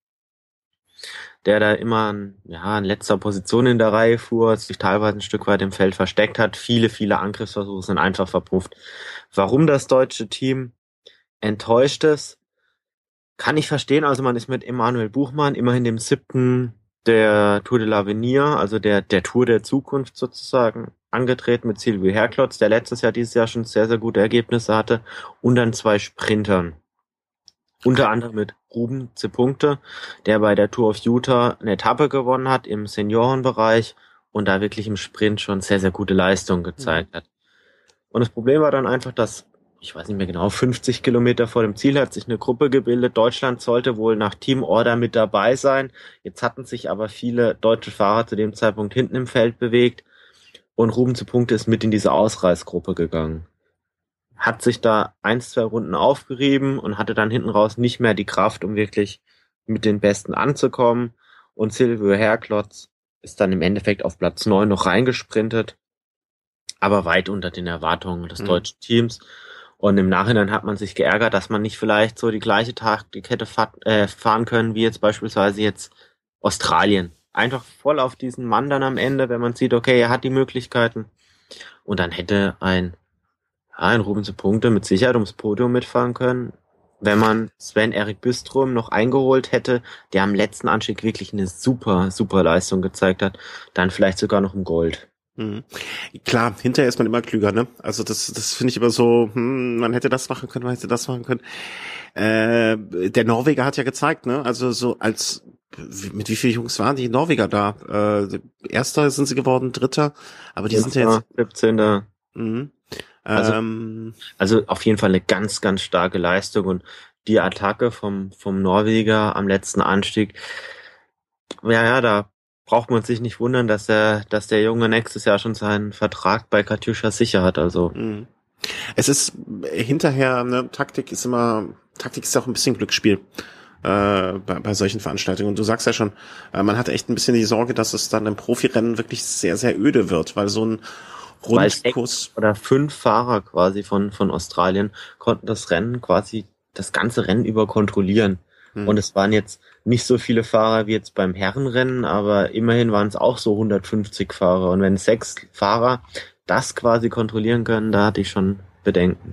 der da immer an, ja, in letzter Position in der Reihe fuhr, sich teilweise ein Stück weit im Feld versteckt hat. Viele, viele Angriffsversuche sind einfach verpufft. Warum das deutsche Team enttäuscht ist, kann ich verstehen. Also man ist mit Emanuel Buchmann immerhin dem siebten der Tour de l'Avenir, also der, der Tour der Zukunft sozusagen, angetreten mit Sylvie Herklotz, der letztes Jahr, dieses Jahr schon sehr, sehr gute Ergebnisse hatte, und dann zwei Sprintern. Unter anderem mit Ruben Zepunkte, der bei der Tour of Utah eine Etappe gewonnen hat im Seniorenbereich und da wirklich im Sprint schon sehr, sehr gute Leistungen gezeigt hat. Und das Problem war dann einfach, dass, ich weiß nicht mehr genau, fünfzig Kilometer vor dem Ziel hat sich eine Gruppe gebildet. Deutschland sollte wohl nach Teamorder mit dabei sein. Jetzt hatten sich aber viele deutsche Fahrer zu dem Zeitpunkt hinten im Feld bewegt. Und Ruben Zepunkte ist mit in diese Ausreißgruppe gegangen. Hat sich da eins, zwei Runden aufgerieben und hatte dann hinten raus nicht mehr die Kraft, um wirklich mit den Besten anzukommen. Und Sylvio Herklotz ist dann im Endeffekt auf Platz neun noch reingesprintet, aber weit unter den Erwartungen des mhm. deutschen Teams. Und im Nachhinein hat man sich geärgert, dass man nicht vielleicht so die gleiche Taktik hätte fahren können, wie jetzt beispielsweise jetzt Australien. Einfach voll auf diesen Mann dann am Ende, wenn man sieht, okay, er hat die Möglichkeiten. Und dann hätte ein, ja, ein Ruben Zepunkte mit Sicherheit ums Podium mitfahren können, wenn man Sven-Erik Byström noch eingeholt hätte, der am letzten Anstieg wirklich eine super, super Leistung gezeigt hat, dann vielleicht sogar noch im Gold. Mhm. Klar, hinterher ist man immer klüger, ne? Also das, das finde ich immer so, hm, man hätte das machen können, man hätte das machen können. Äh, der Norweger hat ja gezeigt, ne? Also so als, mit wie vielen Jungs waren die Norweger da? Äh, Erster sind sie geworden, Dritter, aber die sind ja jetzt siebzehnter Mhm. Also, Ähm, also auf jeden Fall eine ganz, ganz starke Leistung und die Attacke vom, vom Norweger am letzten Anstieg, ja, ja, da braucht man sich nicht wundern, dass der, dass der Junge nächstes Jahr schon seinen Vertrag bei Katusha sicher hat, also. Es ist hinterher, ne, Taktik ist immer, Taktik ist auch ein bisschen Glücksspiel, äh, bei, bei solchen Veranstaltungen. Und du sagst ja schon, äh, man hat echt ein bisschen die Sorge, dass es dann im Profirennen wirklich sehr, sehr öde wird, weil so ein Rundkurs. Oder fünf Fahrer quasi von, von Australien konnten das Rennen quasi, das ganze Rennen über kontrollieren. Hm. Und es waren jetzt nicht so viele Fahrer wie jetzt beim Herrenrennen, aber immerhin waren es auch so hundertfünfzig Fahrer. Und wenn sechs Fahrer das quasi kontrollieren können, da hatte ich schon Bedenken.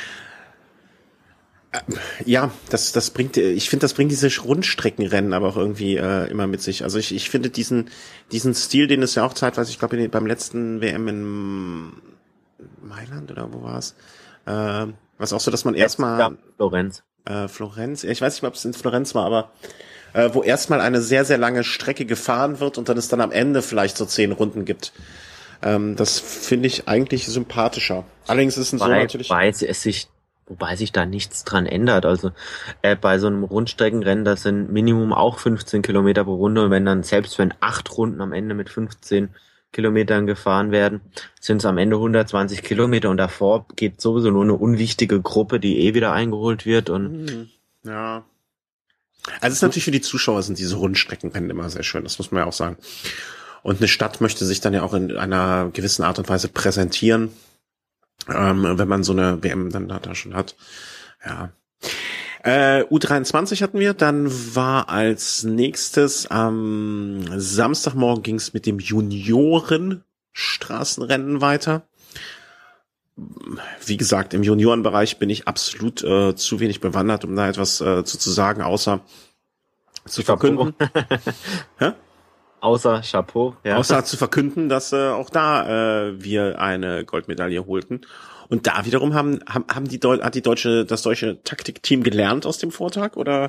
Ja, das das bringt, ich finde, das bringt diese Rundstreckenrennen aber auch irgendwie äh, immer mit sich. Also ich ich finde diesen diesen Stil, den es ja auch zeitweise, ich glaube beim letzten W M in Mailand oder wo war es, äh, was auch so, dass man erstmal ja, Florenz, äh, Florenz, ich weiß nicht, ob es in Florenz war, aber äh, wo erstmal eine sehr sehr lange Strecke gefahren wird und dann es dann am Ende vielleicht so zehn Runden gibt. Ähm, das finde ich eigentlich sympathischer. Allerdings ist es so natürlich, weil es sich Wobei sich da nichts dran ändert. Also äh, bei so einem Rundstreckenrennen, das sind Minimum auch fünfzehn Kilometer pro Runde. Und wenn dann, selbst wenn acht Runden am Ende mit fünfzehn Kilometern gefahren werden, sind es am Ende hundertzwanzig Kilometer. Und davor geht sowieso nur eine unwichtige Gruppe, die eh wieder eingeholt wird. Und ja. Also es ist natürlich für die Zuschauer sind diese Rundstreckenrennen immer sehr schön. Das muss man ja auch sagen. Und eine Stadt möchte sich dann ja auch in einer gewissen Art und Weise präsentieren. Ähm, wenn man so eine W M dann da, da schon hat. Ja. Äh, U dreiundzwanzig hatten wir, dann war als nächstes am Samstagmorgen ging es mit dem Junioren-Straßenrennen weiter. Wie gesagt, im Juniorenbereich bin ich absolut äh, zu wenig bewandert, um da etwas äh, zu, zu sagen, außer zu verkünden. Hä? Außer Chapeau, ja. Außer zu verkünden, dass äh, auch da äh, wir eine Goldmedaille holten. Und da wiederum haben haben, haben die Deu- hat die deutsche das deutsche Taktikteam gelernt aus dem Vortag oder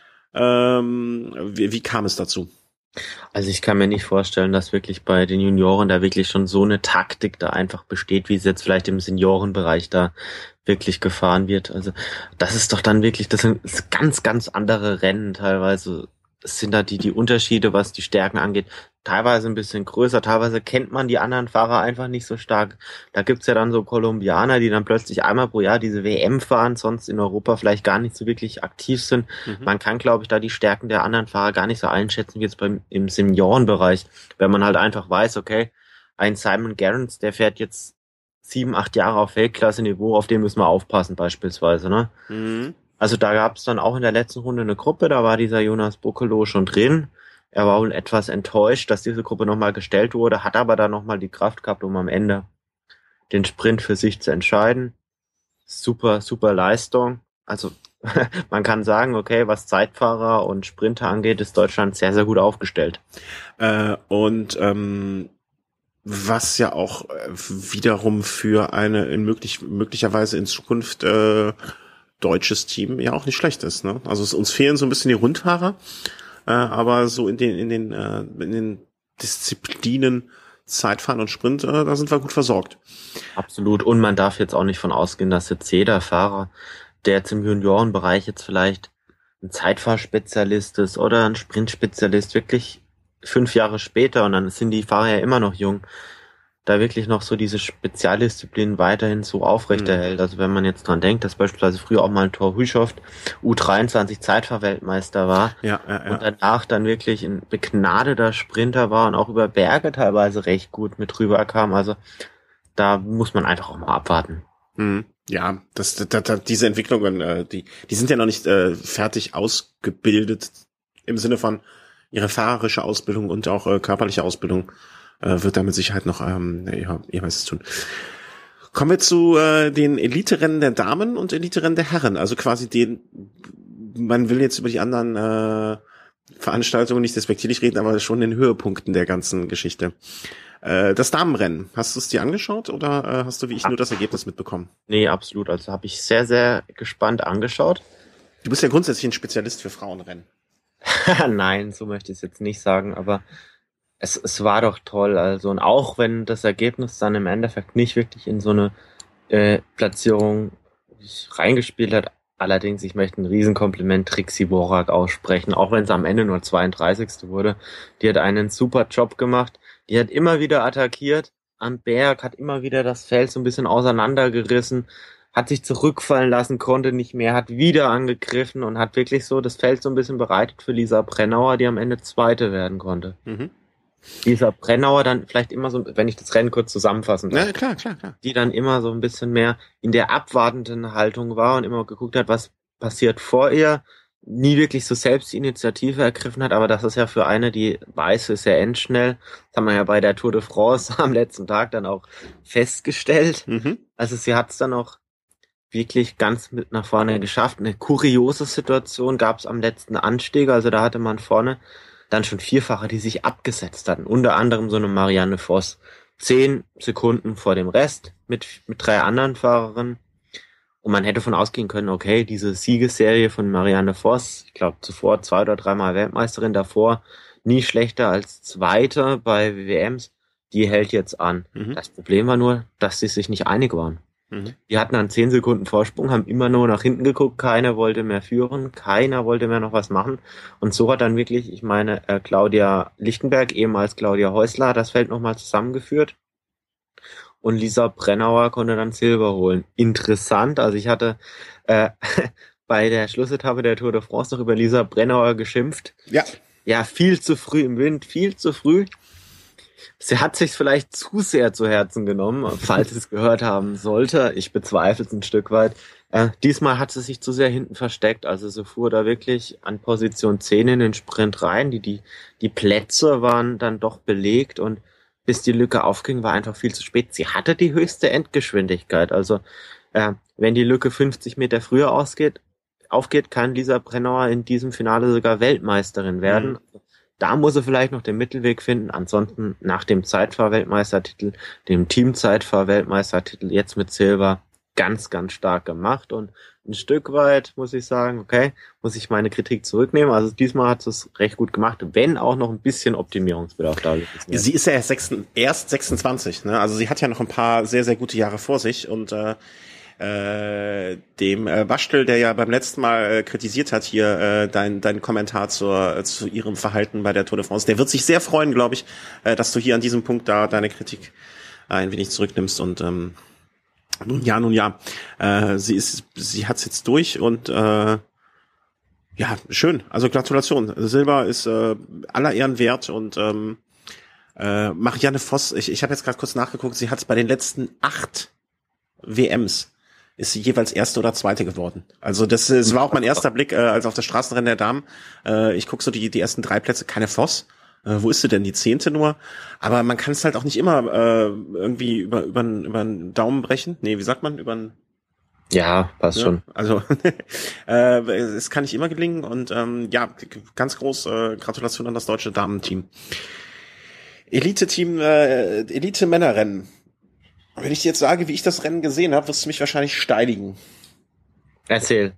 ähm, wie, wie kam es dazu? Also ich kann mir nicht vorstellen, dass wirklich bei den Junioren da wirklich schon so eine Taktik da einfach besteht, wie es jetzt vielleicht im Seniorenbereich da wirklich gefahren wird. Also das ist doch dann wirklich, das sind ganz, ganz andere Rennen teilweise. Es sind da die, die Unterschiede, was die Stärken angeht, teilweise ein bisschen größer, teilweise kennt man die anderen Fahrer einfach nicht so stark. Da gibt's ja dann so Kolumbianer, die dann plötzlich einmal pro Jahr diese W M fahren, sonst in Europa vielleicht gar nicht so wirklich aktiv sind. Mhm. Man kann, glaube ich, da die Stärken der anderen Fahrer gar nicht so einschätzen wie jetzt beim im Seniorenbereich, wenn man halt einfach weiß, okay, ein Simon Gerrans, der fährt jetzt sieben, acht Jahre auf Weltklasse-Niveau, auf den müssen wir aufpassen beispielsweise, ne? Mhm. Also da gab es dann auch in der letzten Runde eine Gruppe, da war dieser Jonas Buckelow schon drin. Er war wohl etwas enttäuscht, dass diese Gruppe nochmal gestellt wurde, hat aber dann nochmal die Kraft gehabt, um am Ende den Sprint für sich zu entscheiden. Super, super Leistung. Also man kann sagen, okay, was Zeitfahrer und Sprinter angeht, ist Deutschland sehr, sehr gut aufgestellt. Äh, und ähm, was ja auch wiederum für eine in möglich möglicherweise in Zukunft äh, deutsches Team ja auch nicht schlecht ist, ne? Also es, uns fehlen so ein bisschen die Rundfahrer, äh, aber so in den in den äh, in den Disziplinen Zeitfahren und Sprint, äh, da sind wir gut versorgt. Absolut. Und man darf jetzt auch nicht von ausgehen, dass jetzt jeder Fahrer, der jetzt im Juniorenbereich jetzt vielleicht ein Zeitfahrspezialist ist oder ein Sprintspezialist, wirklich fünf Jahre später, und dann sind die Fahrer ja immer noch jung, da wirklich noch so diese Spezialdisziplinen weiterhin so aufrechterhält. Also wenn man jetzt dran denkt, dass beispielsweise früher auch mal ein Thor Hüschoft U dreiundzwanzig Zeitfahrweltmeister war, ja, ja, ja. und danach dann wirklich ein begnadeter Sprinter war und auch über Berge teilweise recht gut mit rüberkam. Also da muss man einfach auch mal abwarten. Mhm. Ja, das, das, das, diese Entwicklungen, äh, die, die sind ja noch nicht äh, fertig ausgebildet im Sinne von ihre fahrerische Ausbildung und auch äh, körperliche Ausbildung. Wird da mit Sicherheit noch ähm, ja, ihr weißt es tun. Kommen wir zu äh, den Elite-Rennen der Damen und Elite-Rennen der Herren. Also quasi den, man will jetzt über die anderen äh, Veranstaltungen nicht despektierlich reden, aber schon den Höhepunkten der ganzen Geschichte. Äh, das Damenrennen, hast du es dir angeschaut oder äh, hast du wie ich nur das Ergebnis mitbekommen? Nee, absolut. Also habe ich sehr, sehr gespannt angeschaut. Du bist ja grundsätzlich ein Spezialist für Frauenrennen. Nein, so möchte ich es jetzt nicht sagen, aber Es, es war doch toll, also, und auch wenn das Ergebnis dann im Endeffekt nicht wirklich in so eine äh, Platzierung reingespielt hat, allerdings, ich möchte ein Riesenkompliment Trixi Worak aussprechen, auch wenn es am Ende nur zweiunddreißigste wurde. Die hat einen super Job gemacht, die hat immer wieder attackiert am Berg, hat immer wieder das Feld so ein bisschen auseinandergerissen, hat sich zurückfallen lassen, konnte nicht mehr, hat wieder angegriffen und hat wirklich so das Feld so ein bisschen bereitet für Lisa Brennauer, die am Ende Zweite werden konnte. Mhm. Dieser Brennauer dann vielleicht immer so, wenn ich das Rennen kurz zusammenfassen darf. Ja, klar, klar, klar. Die dann immer so ein bisschen mehr in der abwartenden Haltung war und immer geguckt hat, was passiert vor ihr, nie wirklich so selbst die Initiative ergriffen hat, aber das ist ja für eine, die weiß, ist ja endschnell. Das haben wir ja bei der Tour de France am letzten Tag dann auch festgestellt. Mhm. Also sie hat es dann auch wirklich ganz mit nach vorne geschafft. Eine kuriose Situation gab es am letzten Anstieg, also da hatte man vorne dann schon Vierfache, die sich abgesetzt hatten. Unter anderem so eine Marianne Vos. Zehn Sekunden vor dem Rest mit, mit drei anderen Fahrerinnen. Und man hätte von ausgehen können, okay, diese Siegesserie von Marianne Vos, ich glaube zuvor zwei oder dreimal Weltmeisterin, davor nie schlechter als Zweite bei W W Ms, die hält jetzt an. Mhm. Das Problem war nur, dass sie sich nicht einig waren. Mhm. Die hatten dann zehn Sekunden Vorsprung, haben immer nur nach hinten geguckt, keiner wollte mehr führen, keiner wollte mehr noch was machen. Und so hat dann wirklich, ich meine, äh, Claudia Lichtenberg, ehemals Claudia Häusler, das Feld nochmal zusammengeführt. Und Lisa Brennauer konnte dann Silber holen. Interessant, also ich hatte äh, bei der Schlussetappe der Tour de France noch über Lisa Brennauer geschimpft. Ja. Ja, viel zu früh im Wind, viel zu früh. Sie hat sich vielleicht zu sehr zu Herzen genommen, falls es gehört haben sollte. Ich bezweifle es ein Stück weit. Äh, diesmal hat sie sich zu sehr hinten versteckt. Also sie fuhr da wirklich an Position zehn in den Sprint rein. Die, die, die Plätze waren dann doch belegt und bis die Lücke aufging, war einfach viel zu spät. Sie hatte die höchste Endgeschwindigkeit. Also äh, wenn die Lücke fünfzig Meter früher ausgeht, aufgeht, kann Lisa Brennauer in diesem Finale sogar Weltmeisterin werden. Mhm. Da muss er vielleicht noch den Mittelweg finden. Ansonsten nach dem Zeitfahr-Weltmeistertitel, dem Teamzeitfahr-Weltmeistertitel, jetzt mit Silber, ganz, ganz stark gemacht. Und ein Stück weit muss ich sagen, okay, muss ich meine Kritik zurücknehmen. Also diesmal hat es recht gut gemacht, wenn auch noch ein bisschen Optimierungsbedarf da ist. Sie ist ja erst, erst sechsundzwanzig, ne? Also sie hat ja noch ein paar sehr, sehr gute Jahre vor sich. Und äh, äh, dem äh, Waschtel, der ja beim letzten Mal äh, kritisiert hat hier äh, dein dein Kommentar zur äh, zu ihrem Verhalten bei der Tour de France, der wird sich sehr freuen, glaube ich, äh, dass du hier an diesem Punkt da deine Kritik ein wenig zurücknimmst. Und ähm, nun ja, nun ja, äh, sie ist, sie hat's jetzt durch und äh, ja, schön. Also Gratulation. Silber ist äh, aller Ehren wert und ähm, äh, Marianne Vos, ich, ich habe jetzt gerade kurz nachgeguckt, sie hat bei den letzten acht W Ms ist sie jeweils erste oder zweite geworden. Also das, das war auch mein erster Blick, äh, als auf das Straßenrennen der Damen. Äh, ich gucke so die die ersten drei Plätze, keine Vos. Äh, wo ist sie denn? Die zehnte nur. Aber man kann es halt auch nicht immer äh, irgendwie über über über den Daumen brechen. Nee, wie sagt man? Über den Ja, passt ja, schon. Also äh, es kann nicht immer gelingen und ähm, ja, ganz groß äh, Gratulation an das deutsche Damenteam. Elite-Team, äh, Elite-Männerrennen. Wenn ich dir jetzt sage, wie ich das Rennen gesehen habe, wirst du mich wahrscheinlich steinigen. Erzähl.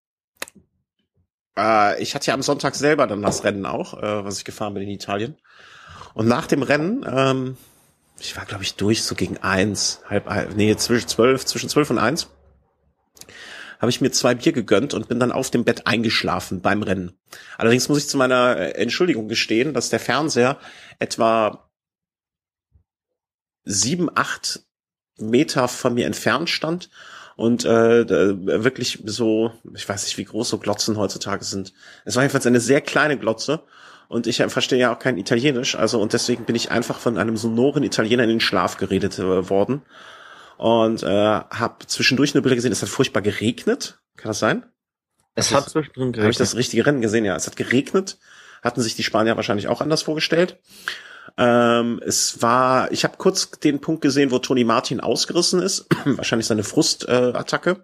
Äh, ich hatte ja am Sonntag selber dann das Rennen auch, äh, was ich gefahren bin in Italien. Und nach dem Rennen, ähm, ich war glaube ich durch so gegen eins, halb, nee, zwischen zwölf, zwischen zwölf und eins, habe ich mir zwei Bier gegönnt und bin dann auf dem Bett eingeschlafen beim Rennen. Allerdings muss ich zu meiner Entschuldigung gestehen, dass der Fernseher etwa sieben, acht Meter von mir entfernt stand und äh, wirklich so, ich weiß nicht, wie groß so Glotzen heutzutage sind. Es war jedenfalls eine sehr kleine Glotze und ich verstehe ja auch kein Italienisch, also und deswegen bin ich einfach von einem sonoren Italiener in den Schlaf geredet äh, worden und äh, habe zwischendurch eine Bilder gesehen, es hat furchtbar geregnet. Kann das sein? Es hat zwischendrin geregnet. Habe ich das richtige Rennen gesehen? Ja, es hat geregnet. Hatten sich die Spanier wahrscheinlich auch anders vorgestellt. Ähm, es war, ich habe kurz den Punkt gesehen, wo Toni Martin ausgerissen ist. Wahrscheinlich seine Frustattacke.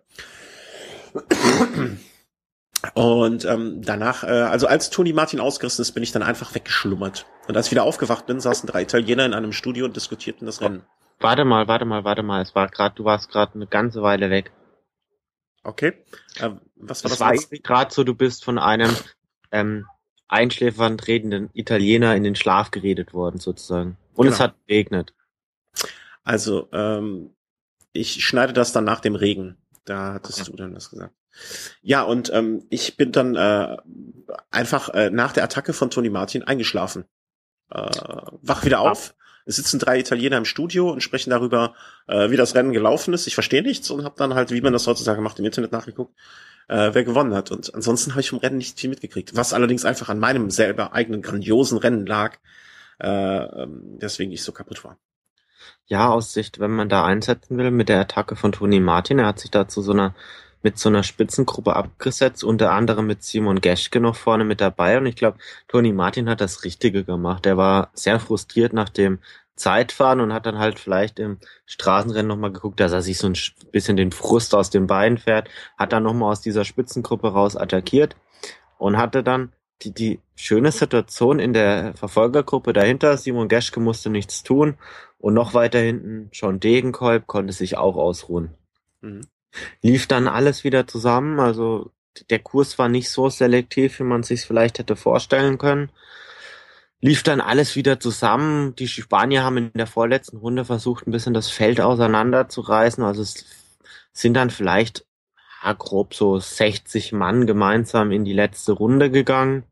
Und ähm, danach, äh, also als Toni Martin ausgerissen ist, bin ich dann einfach weggeschlummert. Und als ich wieder aufgewacht bin, saßen drei Italiener in einem Studio und diskutierten das Rennen. Warte mal, warte mal, warte mal. Es war gerade, du warst gerade eine ganze Weile weg. Okay. Äh, was war es das? Es war gerade so, du bist von einem ähm, einschläfernd redenden Italiener in den Schlaf geredet worden, sozusagen. Und genau. Es hat geregnet. Also, ähm, ich schneide das dann nach dem Regen. Da hattest okay. du dann das gesagt. Ja, und ähm, ich bin dann äh, einfach äh, nach der Attacke von Toni Martin eingeschlafen. Äh, wach wieder auf. Es sitzen drei Italiener im Studio und sprechen darüber, äh, wie das Rennen gelaufen ist. Ich verstehe nichts und habe dann halt, wie man das heutzutage macht, im Internet nachgeguckt, äh, wer gewonnen hat. Und ansonsten habe ich vom Rennen nicht viel mitgekriegt. Was allerdings einfach an meinem selber eigenen grandiosen Rennen lag. äh, ähm, deswegen ich so kaputt war. Ja, aus Sicht, wenn man da einsetzen will mit der Attacke von Tony Martin, er hat sich da zu so einer, mit so einer Spitzengruppe abgesetzt, unter anderem mit Simon Geschke noch vorne mit dabei und ich glaube, Tony Martin hat das Richtige gemacht. Er war sehr frustriert nach dem Zeitfahren und hat dann halt vielleicht im Straßenrennen nochmal geguckt, dass er sich so ein bisschen den Frust aus den Beinen fährt, hat dann nochmal aus dieser Spitzengruppe raus attackiert und hatte dann die, die schöne Situation in der Verfolgergruppe dahinter. Simon Geschke musste nichts tun und noch weiter hinten John Degenkolb konnte sich auch ausruhen. Mhm. Lief dann alles wieder zusammen, also der Kurs war nicht so selektiv, wie man es sich vielleicht hätte vorstellen können. Lief dann alles wieder zusammen. Die Spanier haben in der vorletzten Runde versucht, ein bisschen das Feld auseinanderzureißen. Also es sind dann vielleicht ja, grob so sechzig Mann gemeinsam in die letzte Runde gegangen.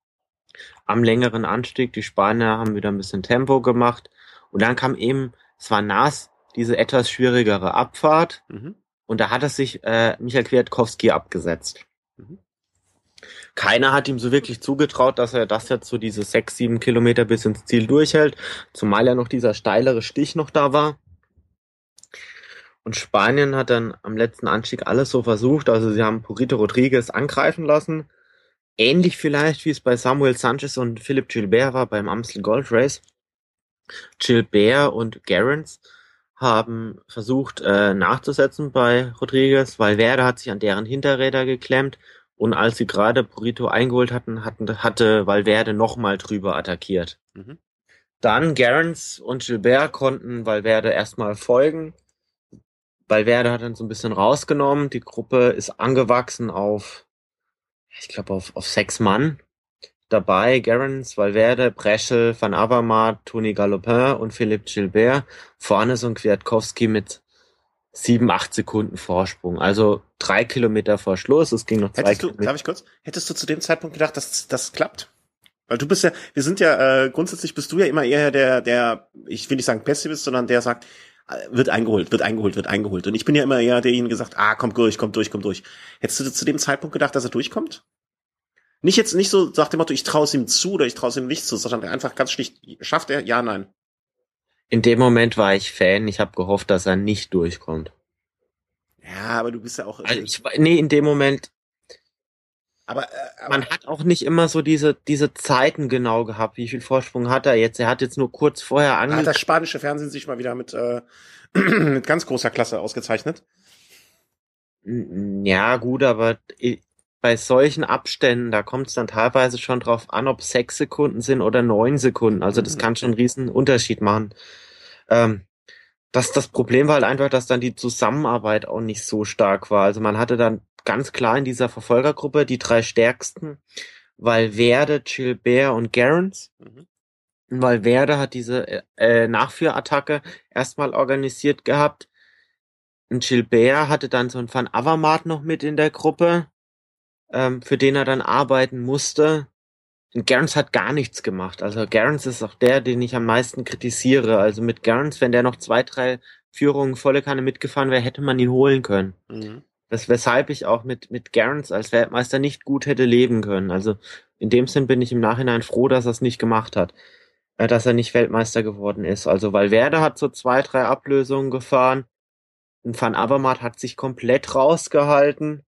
Am längeren Anstieg, die Spanier haben wieder ein bisschen Tempo gemacht. Und dann kam eben, es war nass, diese etwas schwierigere Abfahrt. Mhm. Und da hat es sich äh, Michael Kwiatkowski abgesetzt. Mhm. Keiner hat ihm so wirklich zugetraut, dass er das jetzt so diese sechs, sieben Kilometer bis ins Ziel durchhält, zumal ja noch dieser steilere Stich noch da war. Und Spanien hat dann am letzten Anstieg alles so versucht, also sie haben Purito Rodriguez angreifen lassen, ähnlich vielleicht wie es bei Samuel Sanchez und Philippe Gilbert war beim Amstel Gold Race. Gilbert und Gerrans haben versucht äh, nachzusetzen bei Rodriguez, weil Valverde hat sich an deren Hinterräder geklemmt. Und als sie gerade Purito eingeholt hatten, hatten hatte Valverde nochmal drüber attackiert. Mhm. Dann Gerrans und Gilbert konnten Valverde erstmal folgen. Valverde hat dann so ein bisschen rausgenommen. Die Gruppe ist angewachsen auf, ich glaube, auf, auf sechs Mann. Dabei Gerrans, Valverde, Breschel, Van Avermaet, Tony Galopin und Philippe Gilbert. Vorne so ein Kwiatkowski mit sieben, acht Sekunden Vorsprung. Also drei Kilometer vor Schluss. Es ging noch zwei Hättest du, Kilometer. Darf ich kurz? Hättest du zu dem Zeitpunkt gedacht, dass das klappt? Weil du bist ja, wir sind ja, äh, grundsätzlich bist du ja immer eher der, der, ich will nicht sagen Pessimist, sondern der sagt, wird eingeholt, wird eingeholt, wird eingeholt. Und ich bin ja immer eher derjenige, der sagt, ah, kommt durch, kommt durch, kommt durch. Hättest du zu dem Zeitpunkt gedacht, dass er durchkommt? Nicht jetzt, nicht so nach dem Motto, ich traue es ihm zu oder ich traue es ihm nicht zu, sondern einfach ganz schlicht, schafft er? Ja, nein. In dem Moment war ich Fan. Ich habe gehofft, dass er nicht durchkommt. Ja, aber du bist ja auch... Also ich, nee, in dem Moment... Aber, äh, aber man hat auch nicht immer so diese diese Zeiten genau gehabt. Wie viel Vorsprung hat er jetzt? Er hat jetzt nur kurz vorher ange... Hat das spanische Fernsehen sich mal wieder mit, äh, mit ganz großer Klasse ausgezeichnet? Ja, gut, aber bei solchen Abständen, da kommt es dann teilweise schon drauf an, ob sechs Sekunden sind oder neun Sekunden. Also das kann schon einen riesen Unterschied machen. Ähm, das, das Problem war halt einfach, dass dann die Zusammenarbeit auch nicht so stark war. Also man hatte dann ganz klar in dieser Verfolgergruppe die drei stärksten, Valverde, Gilbert und Gerrans. Mhm. Valverde hat diese äh, Nachführattacke erstmal organisiert gehabt. Und Gilbert hatte dann so einen Van Avermaet noch mit in der Gruppe, ähm, für den er dann arbeiten musste. Und Gerrans hat gar nichts gemacht. Also Gerrans ist auch der, den ich am meisten kritisiere. Also mit Gerrans, wenn der noch zwei, drei Führungen volle Kanne mitgefahren wäre, hätte man ihn holen können. Mhm. Das weshalb ich auch mit mit Gerrans als Weltmeister nicht gut hätte leben können. Also in dem Sinn bin ich im Nachhinein froh, dass er es nicht gemacht hat. Äh, dass er nicht Weltmeister geworden ist. Also Valverde hat so zwei, drei Ablösungen gefahren. Und Van Avermaet hat sich komplett rausgehalten.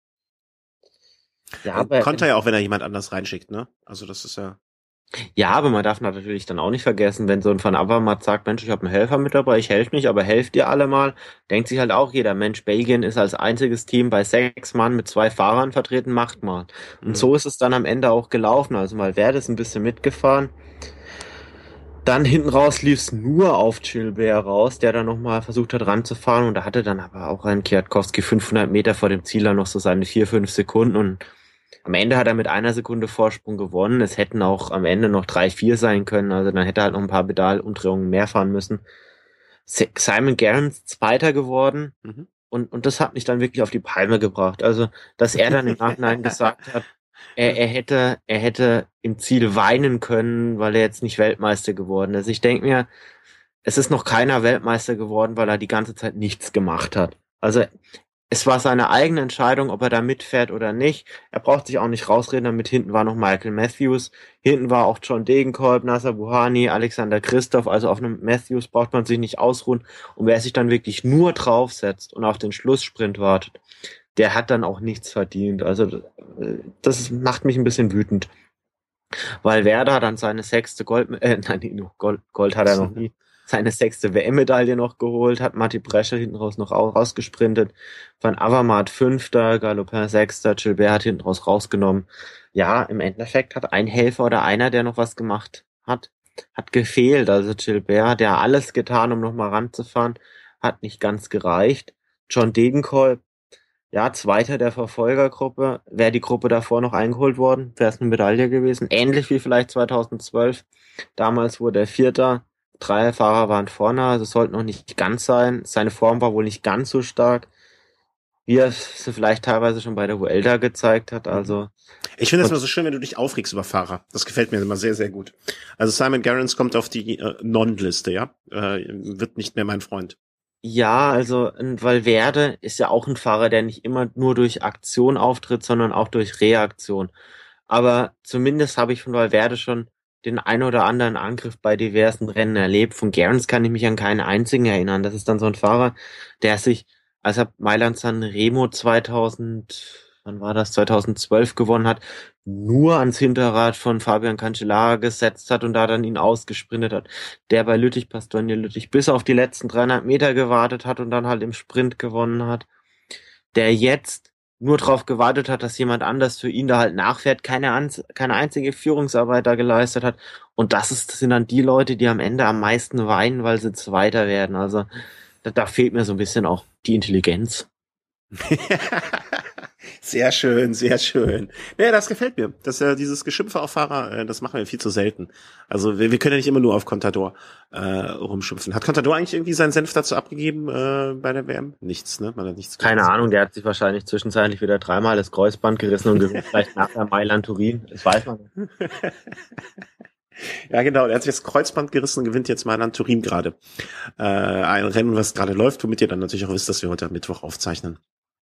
Ja, aber konnte er ja auch, wenn er jemand anders reinschickt, ne? Also das ist ja... Ja, aber man darf natürlich dann auch nicht vergessen, wenn so ein Van Avermaet sagt, Mensch, ich habe einen Helfer mit dabei, ich helfe nicht, aber helft ihr alle mal, denkt sich halt auch jeder, Mensch, Belgien ist als einziges Team bei sechs Mann mit zwei Fahrern vertreten, macht mal. Und mhm. so ist es dann am Ende auch gelaufen, also Valverde ist ein bisschen mitgefahren. Dann hinten raus lief es nur auf Gilbert raus, der dann nochmal versucht hat ranzufahren und da hatte dann aber auch ein Kwiatkowski fünfhundert Meter vor dem Ziel dann noch so seine vier, fünf Sekunden und am Ende hat er mit einer Sekunde Vorsprung gewonnen. Es hätten auch am Ende noch drei, vier sein können. Also dann hätte er halt noch ein paar Pedalumdrehungen mehr fahren müssen. Simon Gerrans Zweiter geworden. Mhm. Und, und das hat mich dann wirklich auf die Palme gebracht. Also, dass er dann im Nachhinein gesagt hat, er, er hätte, er hätte im Ziel weinen können, weil er jetzt nicht Weltmeister geworden ist. Ich denke mir, es ist noch keiner Weltmeister geworden, weil er die ganze Zeit nichts gemacht hat. Also, es war seine eigene Entscheidung, ob er da mitfährt oder nicht. Er braucht sich auch nicht rausreden, damit hinten war noch Michael Matthews, hinten war auch John Degenkolb, Nasser Buhani, Alexander Christoph, also auf einem Matthews braucht man sich nicht ausruhen. Und wer sich dann wirklich nur draufsetzt und auf den Schlusssprint wartet, der hat dann auch nichts verdient. Also das macht mich ein bisschen wütend. Weil Werder dann seine sechste Gold, äh, nein, Gold, Gold hat er noch nie, seine sechste W M-Medaille noch geholt, hat Matti Brescher hinten raus noch rausgesprintet, Van Avermaet Fünfter, Galopin Sechster, Gilbert hat hinten raus rausgenommen. Ja, im Endeffekt hat ein Helfer oder einer, der noch was gemacht hat, hat gefehlt. Also Gilbert, der alles getan, um nochmal ranzufahren, hat nicht ganz gereicht. John Degenkolb, ja, Zweiter der Verfolgergruppe. Wäre die Gruppe davor noch eingeholt worden, wäre es eine Medaille gewesen. Ähnlich wie vielleicht zweitausendzwölf. Damals wurde er Vierter. Drei Fahrer waren vorne, also es sollte noch nicht ganz sein. Seine Form war wohl nicht ganz so stark, wie er es vielleicht teilweise schon bei der Vuelta gezeigt hat. Also ich finde es immer so schön, wenn du dich aufregst über Fahrer. Das gefällt mir immer sehr, sehr gut. Also Simon Gerrans kommt auf die äh, Non-Liste, ja, äh, wird nicht mehr mein Freund. Ja, also Valverde ist ja auch ein Fahrer, der nicht immer nur durch Aktion auftritt, sondern auch durch Reaktion. Aber zumindest habe ich von Valverde schon den ein oder anderen Angriff bei diversen Rennen erlebt. Von Gerrans kann ich mich an keinen einzigen erinnern. Das ist dann so ein Fahrer, der sich, als er Mailand San Remo zweitausend, wann war das, zweitausendzwölf gewonnen hat, nur ans Hinterrad von Fabian Cancellara gesetzt hat und da dann ihn ausgesprintet hat. Der bei Lüttich, Bastogne Lüttich, bis auf die letzten dreihundert Meter gewartet hat und dann halt im Sprint gewonnen hat. Der jetzt nur darauf gewartet hat, dass jemand anders für ihn da halt nachfährt, keine, keine einzige Führungsarbeit da geleistet hat. Und das, ist, das sind dann die Leute, die am Ende am meisten weinen, weil sie Zweiter werden. Also da, da fehlt mir so ein bisschen auch die Intelligenz. Sehr schön, sehr schön. Naja, das gefällt mir. Das äh, dieses Geschimpfe auf Fahrer, äh, das machen wir viel zu selten. Also wir, wir können ja nicht immer nur auf Contador äh, rumschimpfen. Hat Contador eigentlich irgendwie seinen Senf dazu abgegeben äh, bei der W M? Nichts, ne? Man hat nichts Keine gemacht. Ahnung, der hat sich wahrscheinlich zwischenzeitlich wieder dreimal das Kreuzband gerissen und gewinnt vielleicht nachher Mailand-Turin. Das weiß man nicht. Ja, genau. Er hat sich das Kreuzband gerissen und gewinnt jetzt Mailand-Turin gerade. Äh, ein Rennen, was gerade läuft, womit ihr dann natürlich auch wisst, dass wir heute am Mittwoch aufzeichnen.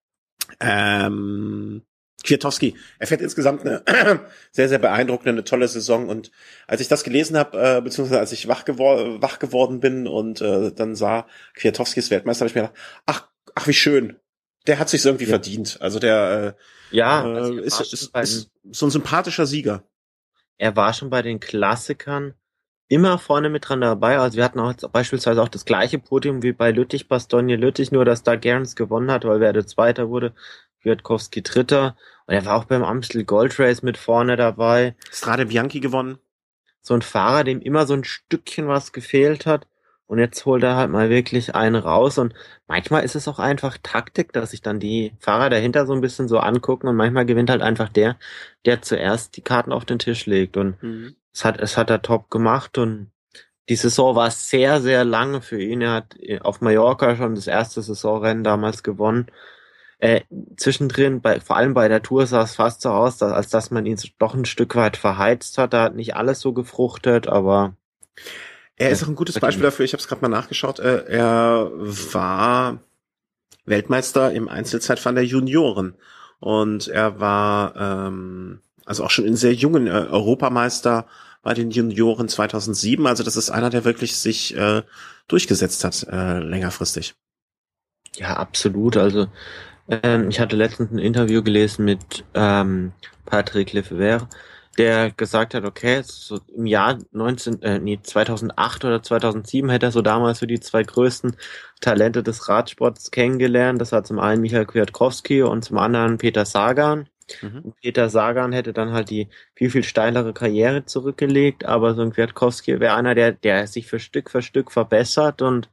Ähm, Kwiatkowski, er fährt insgesamt eine sehr, sehr beeindruckende, eine tolle Saison und als ich das gelesen habe, äh, beziehungsweise als ich wach, gewor- wach geworden bin und äh, dann sah, Kwiatkowski ist Weltmeister, habe ich mir gedacht, ach, ach wie schön, der hat sich's irgendwie ja. verdient. Also der äh, ja, äh, also ist, ist, ist so ein sympathischer Sieger. Er war schon bei den Klassikern immer vorne mit dran dabei. Also wir hatten auch beispielsweise auch das gleiche Podium wie bei Lüttich, Bastogne Lüttich, nur dass da Gerrans gewonnen hat, weil Valverde Zweiter wurde, Kwiatkowski Dritter. Und er war auch beim Amstel Gold Race mit vorne dabei. Strade Bianchi gewonnen. So ein Fahrer, dem immer so ein Stückchen was gefehlt hat. Und jetzt holt er halt mal wirklich einen raus. Und manchmal ist es auch einfach Taktik, dass sich dann die Fahrer dahinter so ein bisschen so angucken. Und manchmal gewinnt halt einfach der, der zuerst die Karten auf den Tisch legt. Und mhm. es hat, es hat er top gemacht. Und die Saison war sehr, sehr lange für ihn. Er hat auf Mallorca schon das erste Saisonrennen damals gewonnen. Äh, zwischendrin, bei, vor allem bei der Tour sah es fast so aus, dass, als dass man ihn doch ein Stück weit verheizt hat. Da hat nicht alles so gefruchtet, aber er ist auch ein gutes Beispiel dafür, ich habe es gerade mal nachgeschaut, er war Weltmeister im Einzelzeitfahren der Junioren und er war ähm, also auch schon in sehr jungen äh, Europameister bei den Junioren zweitausendsieben, also das ist einer, der wirklich sich äh, durchgesetzt hat, äh, längerfristig. Ja, absolut, also ähm, ich hatte letztens ein Interview gelesen mit ähm, Patrick Lefebvre, der gesagt hat, okay, so im Jahr neunzehn, äh, nee, zweitausendacht oder zweitausendsieben hätte er so damals für die zwei größten Talente des Radsports kennengelernt. Das war zum einen Michael Kwiatkowski und zum anderen Peter Sagan. Mhm. Peter Sagan hätte dann halt die viel, viel steilere Karriere zurückgelegt, aber so ein Kwiatkowski wäre einer, der, der sich für Stück für Stück verbessert und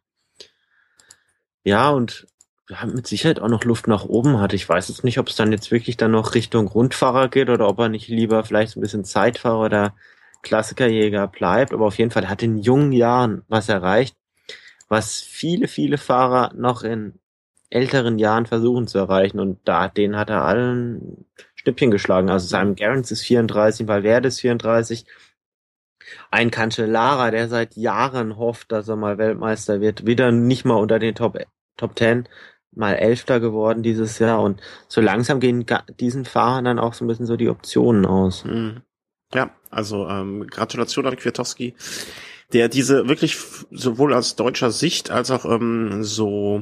ja, und ja, mit Sicherheit auch noch Luft nach oben hat. Ich weiß jetzt nicht, ob es dann jetzt wirklich dann noch Richtung Rundfahrer geht oder ob er nicht lieber vielleicht so ein bisschen Zeitfahrer oder Klassikerjäger bleibt. Aber auf jeden Fall hat in jungen Jahren was erreicht, was viele, viele Fahrer noch in älteren Jahren versuchen zu erreichen. Und da, den hat er allen Schnippchen geschlagen. Also Simon Gerrans ist vierunddreißig, Valverde ist vierunddreißig. Ein Cancellara, der seit Jahren hofft, dass er mal Weltmeister wird, wieder nicht mal unter den Top Top Ten. mal Elfter geworden dieses Jahr und so langsam gehen ga- diesen Fahrern dann auch so ein bisschen so die Optionen aus. Mhm. Ja, also ähm, Gratulation an Kwiatkowski, der diese wirklich f- sowohl aus deutscher Sicht als auch ähm, so,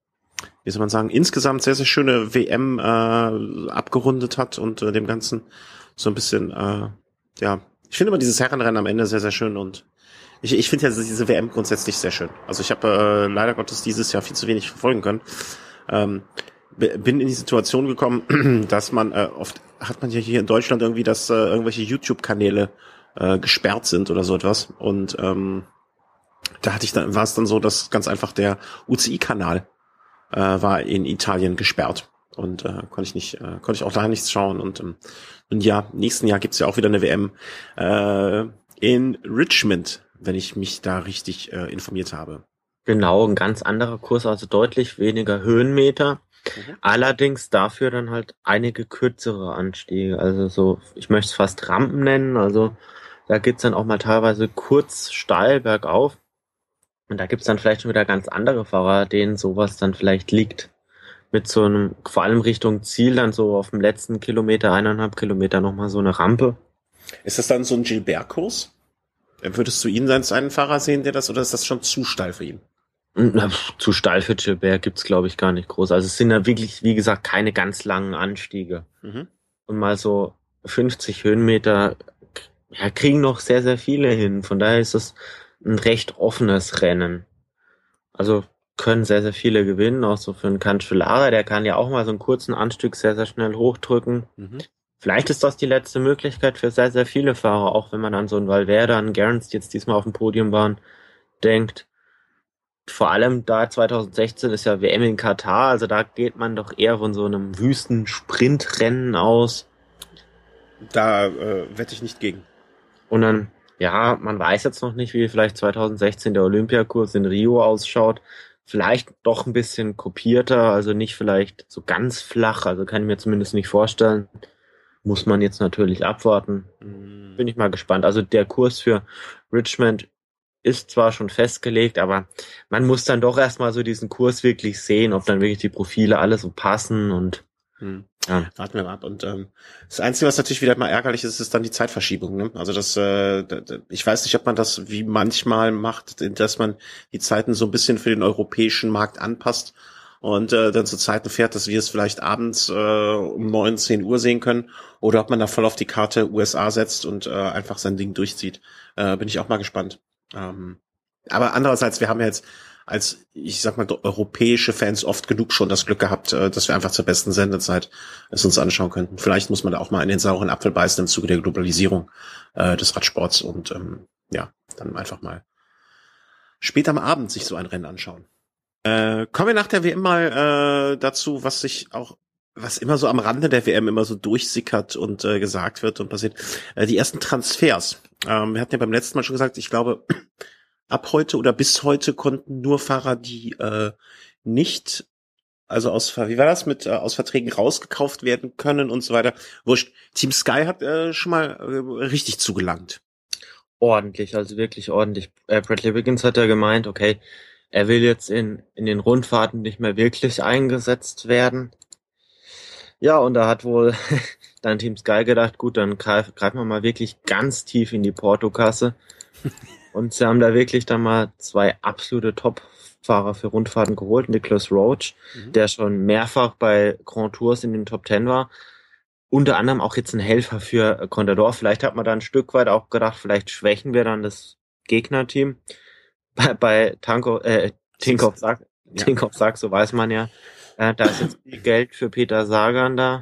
wie soll man sagen, insgesamt sehr, sehr schöne W M äh, abgerundet hat und äh, dem Ganzen so ein bisschen, äh, ja, ich finde immer dieses Herrenrennen am Ende sehr, sehr schön und ich, ich finde ja diese W M grundsätzlich sehr schön. Also ich habe äh, leider Gottes dieses Jahr viel zu wenig verfolgen können. Ähm, b- bin in die Situation gekommen, dass man äh, oft hat man ja hier in Deutschland irgendwie, dass äh, irgendwelche YouTube-Kanäle äh, gesperrt sind oder so etwas. Und ähm, da hatte ich dann, war es dann so, dass ganz einfach der U C I-Kanal äh, war in Italien gesperrt. Und äh, konnte ich nicht, äh, konnte ich auch da nichts schauen. Und, ähm, und ja, nächsten Jahr gibt's ja auch wieder eine W M äh, in Richmond, wenn ich mich da richtig äh, informiert habe. Genau, ein ganz anderer Kurs, also deutlich weniger Höhenmeter. Mhm. Allerdings dafür dann halt einige kürzere Anstiege. Also so, ich möchte es fast Rampen nennen. Also da geht's dann auch mal teilweise kurz steil bergauf. Und da gibt's dann vielleicht schon wieder ganz andere Fahrer, denen sowas dann vielleicht liegt. Mit so einem, vor allem Richtung Ziel, dann so auf dem letzten Kilometer, eineinhalb Kilometer nochmal so eine Rampe. Ist das dann so ein Gilbert-Kurs? Würdest du ihn als einen Fahrer sehen, der das, oder ist das schon zu steil für ihn? Na, pf, zu steil für Gilbert gibt's glaube ich gar nicht groß. Also es sind ja wirklich, wie gesagt, keine ganz langen Anstiege. Mhm. Und mal so fünfzig Höhenmeter, ja, kriegen noch sehr, sehr viele hin. Von daher ist es ein recht offenes Rennen. Also können sehr, sehr viele gewinnen, auch so für einen Cancellara, der kann ja auch mal so einen kurzen Anstieg sehr, sehr schnell hochdrücken. Mhm. Vielleicht ist das die letzte Möglichkeit für sehr, sehr viele Fahrer, auch wenn man an so einen Valverde, an Gerrans, die jetzt diesmal auf dem Podium waren, denkt. Vor allem da zwanzig sechzehn ist ja W M in Katar, also da geht man doch eher von so einem Wüsten-Sprintrennen aus. Da äh, wette ich nicht gegen. Und dann, ja, man weiß jetzt noch nicht, wie vielleicht zwanzig sechzehn der Olympiakurs in Rio ausschaut. Vielleicht doch ein bisschen kopierter, also nicht vielleicht so ganz flach, also kann ich mir zumindest nicht vorstellen. Muss man jetzt natürlich abwarten. Mhm. Bin ich mal gespannt. Also der Kurs für Richmond ist zwar schon festgelegt, aber man muss dann doch erstmal so diesen Kurs wirklich sehen, ob dann wirklich die Profile alle so passen und Mhm. ja. Warten wir mal ab. Und ähm, das Einzige, was natürlich wieder mal ärgerlich ist, ist dann die Zeitverschiebung. Ne? Also das, äh, d- d- ich weiß nicht, ob man das wie manchmal macht, dass man die Zeiten so ein bisschen für den europäischen Markt anpasst und äh, dann zu Zeiten fährt, dass wir es vielleicht abends äh, um neun, zehn Uhr sehen können, oder ob man da voll auf die Karte U S A setzt und äh, einfach sein Ding durchzieht. Äh, bin ich auch mal gespannt. Ähm, aber andererseits, wir haben ja jetzt als, ich sag mal, europäische Fans oft genug schon das Glück gehabt, äh, dass wir einfach zur besten Sendezeit es uns anschauen könnten. Vielleicht muss man da auch mal in den sauren Apfel beißen im Zuge der Globalisierung äh, des Radsports und ähm, ja, dann einfach mal später am Abend sich so ein Rennen anschauen. Äh, kommen wir nach der W M mal äh, dazu, was sich auch, was immer so am Rande der W M immer so durchsickert und äh, gesagt wird und passiert. Äh, die ersten Transfers. Ähm, wir hatten ja beim letzten Mal schon gesagt, ich glaube, ab heute oder bis heute konnten nur Fahrer, die äh, nicht, also aus, wie war das, mit äh, aus Verträgen rausgekauft werden können und so weiter. Wurscht. Team Sky hat äh, schon mal äh, richtig zugelangt. Ordentlich, also wirklich ordentlich. Äh, Bradley Wiggins hat ja gemeint, okay, er will jetzt in, in den Rundfahrten nicht mehr wirklich eingesetzt werden. Ja, und da hat wohl dann Team Sky gedacht, gut, dann greif, greifen wir mal wirklich ganz tief in die Portokasse. Und sie haben da wirklich dann mal zwei absolute Top-Fahrer für Rundfahrten geholt. Nicholas Roach, Mhm. der schon mehrfach bei Grand Tours in den Top Ten war. Unter anderem auch jetzt ein Helfer für Contador. Vielleicht hat man da ein Stück weit auch gedacht, vielleicht schwächen wir dann das Gegnerteam. Bei, bei Tanko, äh, Tinkoff sagt, Ja. Tinkoff sagt, so weiß man ja, äh, da ist jetzt viel Geld für Peter Sagan da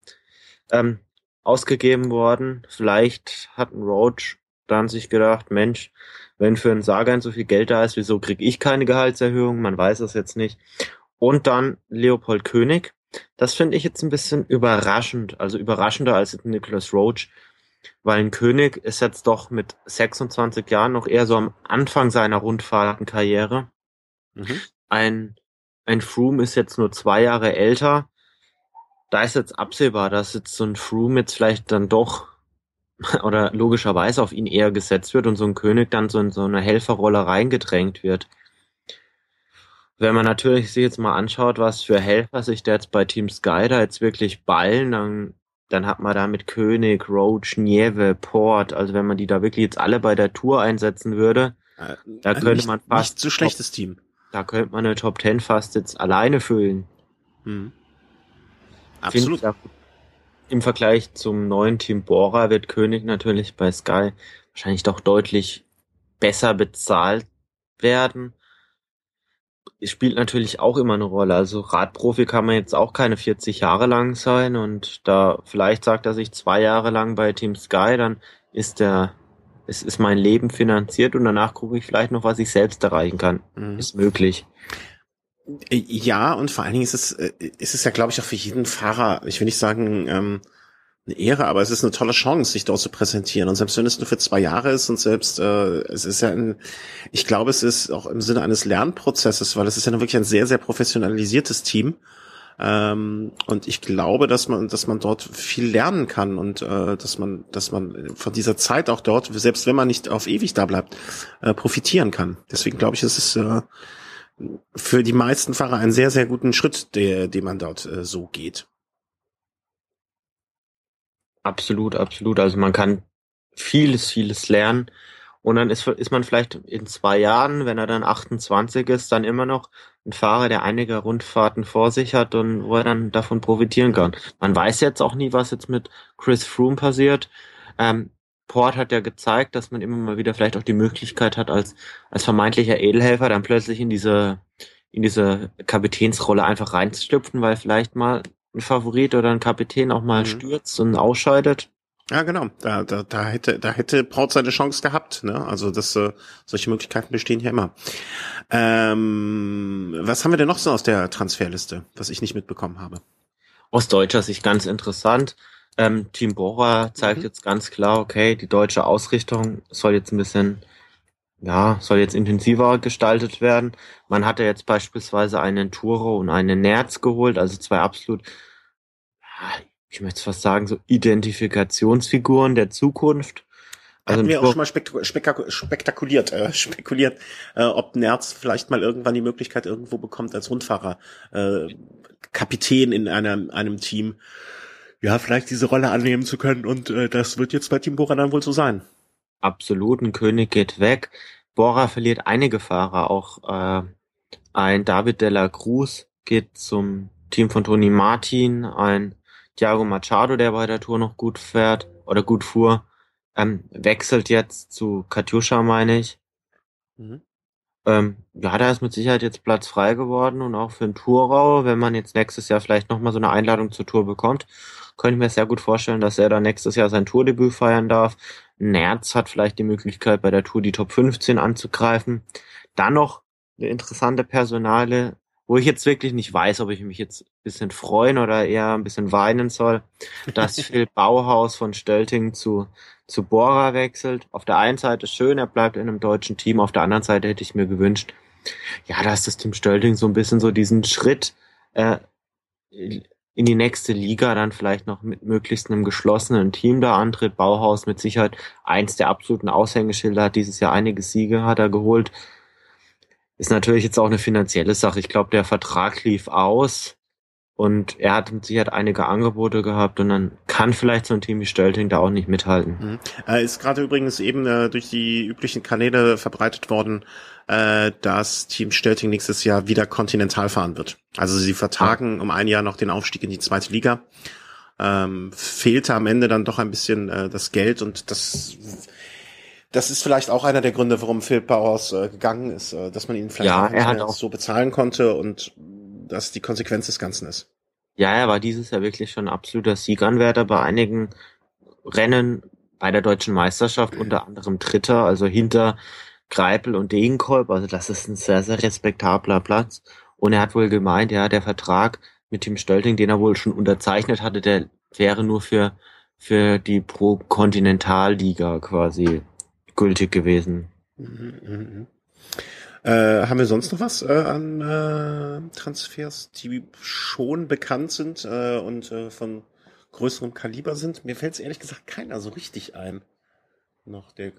ähm, ausgegeben worden. Vielleicht hat ein Roach dann sich gedacht, Mensch, wenn für einen Sagan so viel Geld da ist, wieso kriege ich keine Gehaltserhöhung? Man weiß es jetzt nicht. Und dann Leopold König. Das finde ich jetzt ein bisschen überraschend, also überraschender als Nicholas Roach, weil ein König ist jetzt doch mit sechsundzwanzig Jahren noch eher so am Anfang seiner Rundfahrtenkarriere. Mhm. Ein, ein Froome ist jetzt nur zwei Jahre älter. Da ist jetzt absehbar, dass jetzt so ein Froome jetzt vielleicht dann doch oder logischerweise auf ihn eher gesetzt wird und so ein König dann so in so eine Helferrolle reingedrängt wird. Wenn man natürlich sich jetzt mal anschaut, was für Helfer sich da jetzt bei Team Sky da jetzt wirklich ballen, dann, dann hat man da mit König, Roach, Nieve, Port, also wenn man die da wirklich jetzt alle bei der Tour einsetzen würde, Äh, da ein könnte man nicht, nicht fast so Top, schlechtes Team. da könnte man eine Top Ten fast jetzt alleine füllen. Mhm. Finde Absolut. ich ja im Vergleich zum neuen Team Bora wird König natürlich bei Sky wahrscheinlich doch deutlich besser bezahlt werden. Es spielt natürlich auch immer eine Rolle. Also Radprofi kann man jetzt auch keine vierzig Jahre lang sein und da vielleicht sagt er sich zwei Jahre lang bei Team Sky, dann ist der, es ist mein Leben finanziert und danach gucke ich vielleicht noch, was ich selbst erreichen kann. Mhm. Ist möglich. Ja, und vor allen Dingen ist es, äh, ist es ja, glaube ich, auch für jeden Fahrer, ich will nicht sagen, ähm, eine Ehre, aber es ist eine tolle Chance, sich dort zu präsentieren. Und selbst wenn es nur für zwei Jahre ist und selbst, äh, es ist ja ein, ich glaube, es ist auch im Sinne eines Lernprozesses, weil es ist ja nun wirklich ein sehr, sehr professionalisiertes Team. Ähm, und ich glaube, dass man, dass man dort viel lernen kann und äh, dass man, dass man von dieser Zeit auch dort, selbst wenn man nicht auf ewig da bleibt, äh, profitieren kann. Deswegen glaube ich, es ist äh, für die meisten Fahrer einen sehr, sehr guten Schritt, der, den man dort äh, so geht. Absolut, absolut. Also man kann vieles, vieles lernen. Und dann ist, ist man vielleicht in zwei Jahren, wenn er dann achtundzwanzig ist, dann immer noch ein Fahrer, der einige Rundfahrten vor sich hat und wo er dann davon profitieren kann. Man weiß jetzt auch nie, was jetzt mit Chris Froome passiert. Ähm, Port hat ja gezeigt, dass man immer mal wieder vielleicht auch die Möglichkeit hat, als, als vermeintlicher Edelhelfer dann plötzlich in diese, in diese Kapitänsrolle einfach reinzuschlüpfen, weil vielleicht mal ein Favorit oder ein Kapitän auch mal Mhm. stürzt und ausscheidet. Ja, genau. Da, da, da hätte, da hätte Port seine Chance gehabt. Ne? Also das, äh, solche Möglichkeiten bestehen ja immer. Ähm, was haben wir denn noch so aus der Transferliste, was ich nicht mitbekommen habe? Aus deutscher Sicht ganz interessant. Ähm, Team Bora zeigt Mhm. jetzt ganz klar, okay, die deutsche Ausrichtung soll jetzt ein bisschen, ja, soll jetzt intensiver gestaltet werden. Man hatte jetzt beispielsweise einen Turo und einen Nerz geholt, also zwei absolut, ja, ich möchte fast sagen, so Identifikationsfiguren der Zukunft. Also Hatten ein wir auch Tour, schon mal spektak spektak spektakuliert, äh, spekuliert, äh, ob Nerz vielleicht mal irgendwann die Möglichkeit irgendwo bekommt als Rundfahrer, äh, Kapitän in einem, einem Team, ja, vielleicht diese Rolle annehmen zu können. Und äh, das wird jetzt bei Team Bora dann wohl so sein. absolut, ein König geht weg. Bora verliert einige Fahrer, auch äh, ein David de la Cruz geht zum Team von Toni Martin, ein Thiago Machado, der bei der Tour noch gut fährt oder gut fuhr, ähm, wechselt jetzt zu Katusha, meine ich. Mhm. Ähm, ja, da ist mit Sicherheit jetzt Platz frei geworden und auch für den Tourau, wenn man jetzt nächstes Jahr vielleicht nochmal so eine Einladung zur Tour bekommt, könnte ich mir sehr gut vorstellen, dass er dann nächstes Jahr sein Tourdebüt feiern darf. Nerz hat vielleicht die Möglichkeit, bei der Tour die Top fünfzehn anzugreifen. Dann noch eine interessante Personale, wo ich jetzt wirklich nicht weiß, ob ich mich jetzt ein bisschen freuen oder eher ein bisschen weinen soll, dass Phil Bauhaus von Stölting zu zu Bora wechselt. Auf der einen Seite schön, er bleibt in einem deutschen Team, auf der anderen Seite hätte ich mir gewünscht, ja, dass das Team Stölting so ein bisschen so diesen Schritt äh, in die nächste Liga dann vielleicht noch mit möglichst einem geschlossenen Team da antritt. Bauhaus mit Sicherheit eins der absoluten Aushängeschilder, hat dieses Jahr einige Siege hat er geholt. Ist natürlich jetzt auch eine finanzielle Sache. Ich glaube, der Vertrag lief aus und er hat mit Sicherheit einige Angebote gehabt und dann kann vielleicht so ein Team wie Stölting da auch nicht mithalten. Mhm. Äh, ist gerade übrigens eben äh, durch die üblichen Kanäle verbreitet worden, äh, dass Team Stölting nächstes Jahr wieder kontinental fahren wird. Also sie vertagen um ein Jahr noch den Aufstieg in die zweite Liga. Ähm, fehlte am Ende dann doch ein bisschen äh, das Geld und das das ist vielleicht auch einer der Gründe, warum Phil Bauhaus äh, gegangen ist, äh, dass man ihn vielleicht Ja, einfach er nicht hat mehr auch so bezahlen konnte und das die Konsequenz des Ganzen ist. Ja, er war dieses Jahr wirklich schon ein absoluter Sieganwärter bei einigen Rennen bei der deutschen Meisterschaft, unter anderem Dritter, also hinter Greipel und Degenkolb. Also das ist ein sehr, sehr respektabler Platz. Und er hat wohl gemeint, ja, der Vertrag mit Team Stölting, den er wohl schon unterzeichnet hatte, der wäre nur für, für die Pro-Kontinentalliga quasi gültig gewesen. Mhm, mhm, mhm. Äh, haben wir sonst noch was äh, an äh, Transfers, die schon bekannt sind äh, und äh, von größerem Kaliber sind? Mir fällt es ehrlich gesagt keiner so richtig ein. Noch der.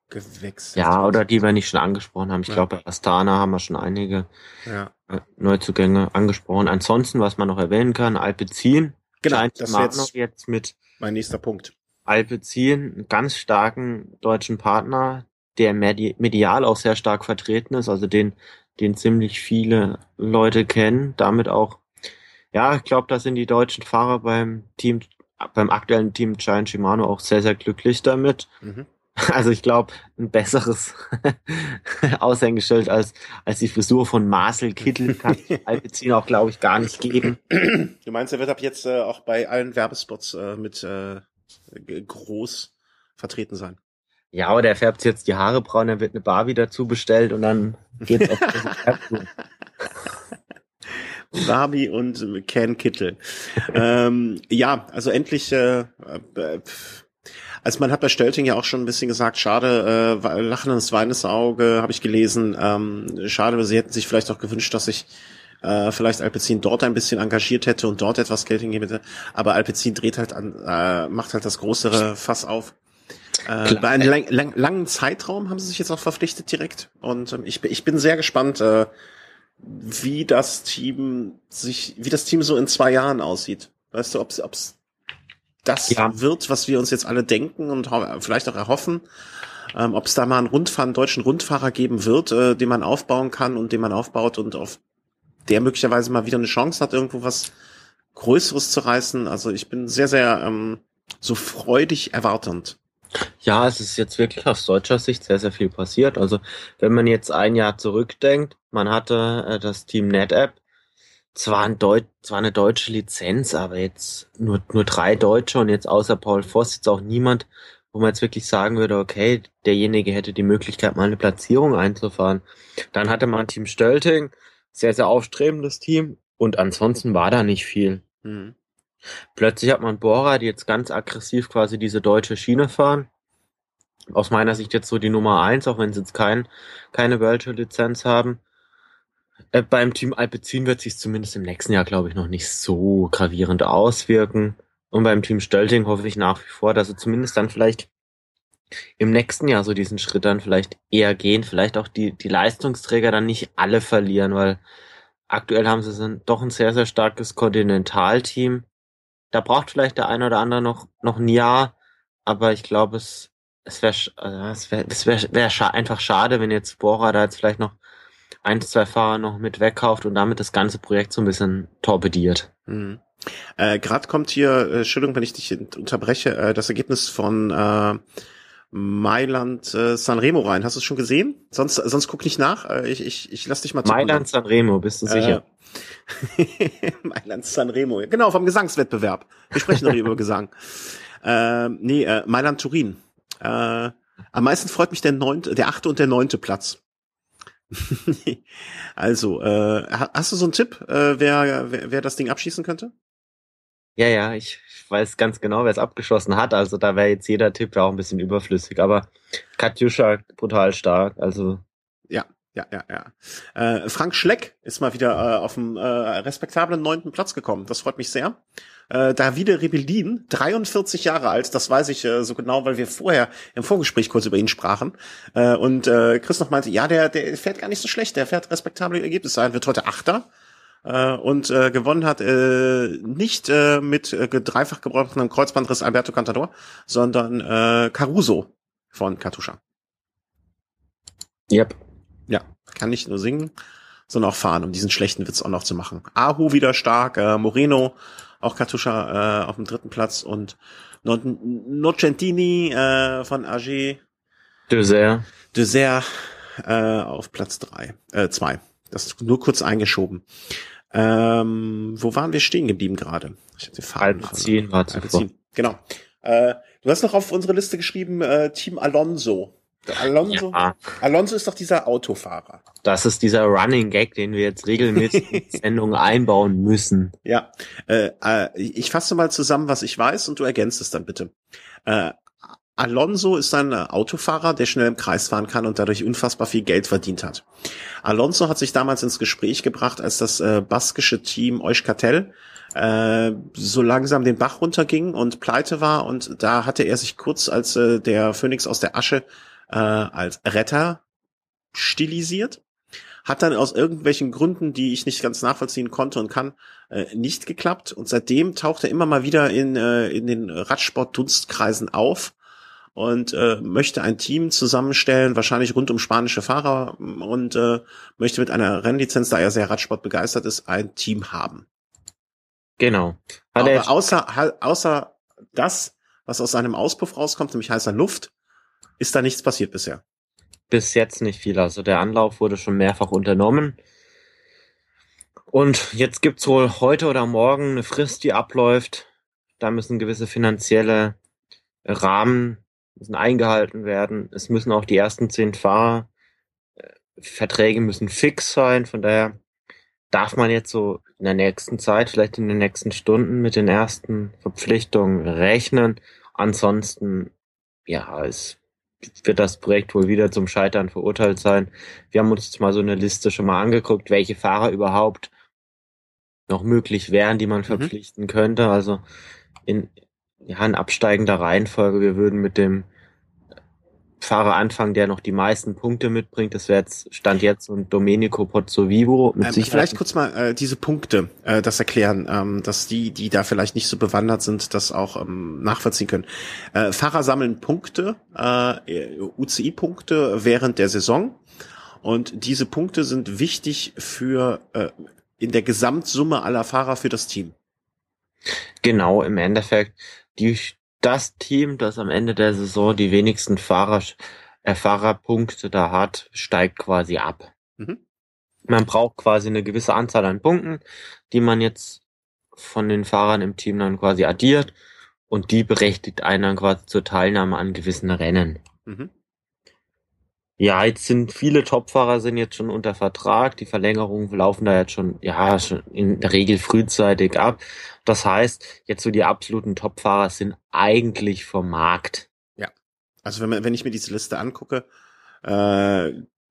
gewechselt. Ja, oder die wir nicht schon angesprochen haben. Ich Ja. glaube, bei Astana haben wir schon einige Ja. äh, Neuzugänge angesprochen. Ansonsten, was man noch erwähnen kann, Alpecin. Genau, scheint das wäre Shimano jetzt jetzt mit mein nächster Punkt. Alpecin einen ganz starken deutschen Partner, der medi medial auch sehr stark vertreten ist, also den, den ziemlich viele Leute kennen. Damit auch, ja, ich glaube, da sind die deutschen Fahrer beim Team, beim aktuellen Team Giant Shimano auch sehr, sehr glücklich damit. Mhm. Also ich glaube, ein besseres Aushängeschild als, als die Frisur von Marcel Kittel kann Alpecin auch, glaube ich, gar nicht geben. Du meinst, er wird ab jetzt äh, auch bei allen Werbespots äh, mit äh, g- groß vertreten sein? Ja, oder er färbt jetzt die Haare braun, dann wird eine Barbie dazu bestellt und dann geht's auf diese Färbtour. Barbie und äh, Ken Kittel. ähm, ja, also endlich, äh, äh, also man hat bei Stölting ja auch schon ein bisschen gesagt, schade, äh, lachendes, weinendes Auge, habe ich gelesen, ähm, schade, sie hätten sich vielleicht auch gewünscht, dass sich äh, vielleicht Alpecin dort ein bisschen engagiert hätte und dort etwas Geld hingeben hätte, aber Alpecin dreht halt an, äh, macht halt das größere Fass auf. Äh, bei einem lang, lang, langen Zeitraum haben sie sich jetzt auch verpflichtet direkt und ähm, ich, ich bin sehr gespannt, äh, wie das Team sich, wie das Team so in zwei Jahren aussieht. Weißt du, ob es das Ja. wird, was wir uns jetzt alle denken und ho- vielleicht auch erhoffen, ähm, ob es da mal einen Rundfahrer, einen deutschen Rundfahrer geben wird, äh, den man aufbauen kann und den man aufbaut und auf der möglicherweise mal wieder eine Chance hat, irgendwo was Größeres zu reißen. Also ich bin sehr, sehr ähm, so freudig erwartend. Ja, es ist jetzt wirklich aus deutscher Sicht sehr, sehr viel passiert. Also wenn man jetzt ein Jahr zurückdenkt, man hatte äh, das Team NetApp, zwar, ein Deut zwar eine deutsche Lizenz, aber jetzt nur, nur drei Deutsche und jetzt außer Paul Voss jetzt auch niemand, wo man jetzt wirklich sagen würde, okay, derjenige hätte die Möglichkeit, mal eine Platzierung einzufahren. Dann hatte man Team Stölting, sehr, sehr aufstrebendes Team und ansonsten war da nicht viel. Mhm. Plötzlich hat man Bora, die jetzt ganz aggressiv quasi diese deutsche Schiene fahren. Aus meiner Sicht jetzt so die Nummer eins, auch wenn sie jetzt kein, keine World Tour Lizenz haben. Äh, beim Team Alpecin wird sich zumindest im nächsten Jahr, glaube ich, noch nicht so gravierend auswirken. Und beim Team Stölting hoffe ich nach wie vor, dass sie zumindest dann vielleicht im nächsten Jahr so diesen Schritt dann vielleicht eher gehen, vielleicht auch die, die Leistungsträger dann nicht alle verlieren, weil aktuell haben sie so ein, doch ein sehr, sehr starkes Kontinentalteam. Da braucht vielleicht der eine oder andere noch, noch ein Jahr, aber ich glaube, es, es wäre, äh, es wäre, es wäre, wäre scha einfach schade, wenn jetzt Bora da jetzt vielleicht noch ein, zwei Fahrer noch mit wegkauft und damit das ganze Projekt so ein bisschen torpediert. Mhm. Äh, Gerade kommt hier, äh, Entschuldigung, wenn ich dich unterbreche, äh, das Ergebnis von äh, Mailand äh, Sanremo rein. Hast du es schon gesehen? Sonst, sonst guck nicht nach. Äh, ich, ich, ich lass dich mal tippen. Mailand Sanremo, bist du sicher? Äh, Mailand Sanremo. Genau, vom Gesangswettbewerb. Wir sprechen noch über Gesang. Äh, nee, äh, Mailand Turin. Äh, am meisten freut mich der neunte, der achte und der neunte Platz. Also, äh, ha- hast du so einen Tipp, äh, wer, wer, wer das Ding abschießen könnte? Ja, ja, ich, ich weiß ganz genau, wer es abgeschossen hat. Also da wäre jetzt jeder Tipp ja auch ein bisschen überflüssig. Aber Katjuscha brutal stark. Also Ja, ja, ja, ja. Äh, Frank Schleck ist mal wieder äh, auf dem äh, respektablen neunten Platz gekommen. Das freut mich sehr. Äh, Davide Rebellin, dreiundvierzig Jahre alt, das weiß ich äh, so genau, weil wir vorher im Vorgespräch kurz über ihn sprachen. Äh, und äh, Chris noch meinte, ja, der, der fährt gar nicht so schlecht, der fährt respektable Ergebnisse ein, wird heute Achter. Äh, und äh, gewonnen hat äh, nicht äh, mit äh, dreifach gebrochenem Kreuzbandriss Alberto Contador, sondern äh, Caruso von Katusha. yep. Ja, kann nicht nur singen, sondern auch fahren, um diesen schlechten Witz auch noch zu machen. Ahu wieder stark, äh, Moreno, auch Katusha äh, auf dem dritten Platz und no Nocentini äh, von A G Dessert. Dessert äh, auf Platz drei, äh, zwei. Das ist nur kurz eingeschoben. Ähm, wo waren wir stehen geblieben gerade? Ich habe die Faden Alpecin war zuvor. Alpecin, genau. Äh, du hast noch auf unsere Liste geschrieben, äh, Team Alonso. Der Alonso, Ja. Alonso ist doch dieser Autofahrer. Das ist dieser Running Gag, den wir jetzt regelmäßig in die Sendung einbauen müssen. Ja, äh, äh, ich fasse mal zusammen, was ich weiß, und du ergänzt es dann bitte. Äh, Alonso ist ein Autofahrer, der schnell im Kreis fahren kann und dadurch unfassbar viel Geld verdient hat. Alonso hat sich damals ins Gespräch gebracht, als das äh, baskische Team Euskaltel äh, so langsam den Bach runterging und pleite war, und da hatte er sich kurz, als äh, der Phönix aus der Asche äh, als Retter stilisiert. Hat dann aus irgendwelchen Gründen, die ich nicht ganz nachvollziehen konnte und kann, äh, nicht geklappt. Und seitdem taucht er immer mal wieder in, äh, in den Radsport-Dunstkreisen auf und äh, möchte ein Team zusammenstellen, wahrscheinlich rund um spanische Fahrer, und äh, möchte mit einer Rennlizenz, da er sehr Radsport begeistert ist, ein Team haben. Genau. Hat Aber er außer, außer das, was aus seinem Auspuff rauskommt, nämlich heißer Luft, ist da nichts passiert bisher. bis jetzt nicht viel. Also der Anlauf wurde schon mehrfach unternommen. Und jetzt gibt's wohl heute oder morgen eine Frist, die abläuft. Da müssen gewisse finanzielle Rahmen müssen eingehalten werden. Es müssen auch die ersten zehn Fahrer, äh, Verträge müssen fix sein. Von daher darf man jetzt so in der nächsten Zeit, vielleicht in den nächsten Stunden mit den ersten Verpflichtungen rechnen. Ansonsten, ja, es wird das Projekt wohl wieder zum Scheitern verurteilt sein. Wir haben uns jetzt mal so eine Liste schon mal angeguckt, welche Fahrer überhaupt noch möglich wären, die man verpflichten mhm. könnte. Also in, ja, in absteigender Reihenfolge. Wir würden mit dem Fahrer anfangen, der noch die meisten Punkte mitbringt. Das wäre jetzt, Stand jetzt, und Domenico Pozzovivo. Mit ähm, vielleicht kurz mal äh, diese Punkte, äh, das erklären, ähm, dass die, die da vielleicht nicht so bewandert sind, das auch ähm, nachvollziehen können. Äh, Fahrer sammeln Punkte, äh, U C I-Punkte während der Saison, und diese Punkte sind wichtig für äh, in der Gesamtsumme aller Fahrer für das Team. Genau, im Endeffekt die das Team, das am Ende der Saison die wenigsten Fahrer, äh, Fahrerpunkte da hat, steigt quasi ab. Mhm. Man braucht quasi eine gewisse Anzahl an Punkten, die man jetzt von den Fahrern im Team dann quasi addiert, und die berechtigt einen dann quasi zur Teilnahme an gewissen Rennen. Mhm. Ja, jetzt sind viele Topfahrer sind jetzt schon unter Vertrag. Die Verlängerungen laufen da jetzt schon, ja, schon in der Regel frühzeitig ab. Das heißt, jetzt so die absoluten Topfahrer sind eigentlich vom Markt. Ja, also wenn man, wenn ich mir diese Liste angucke, äh,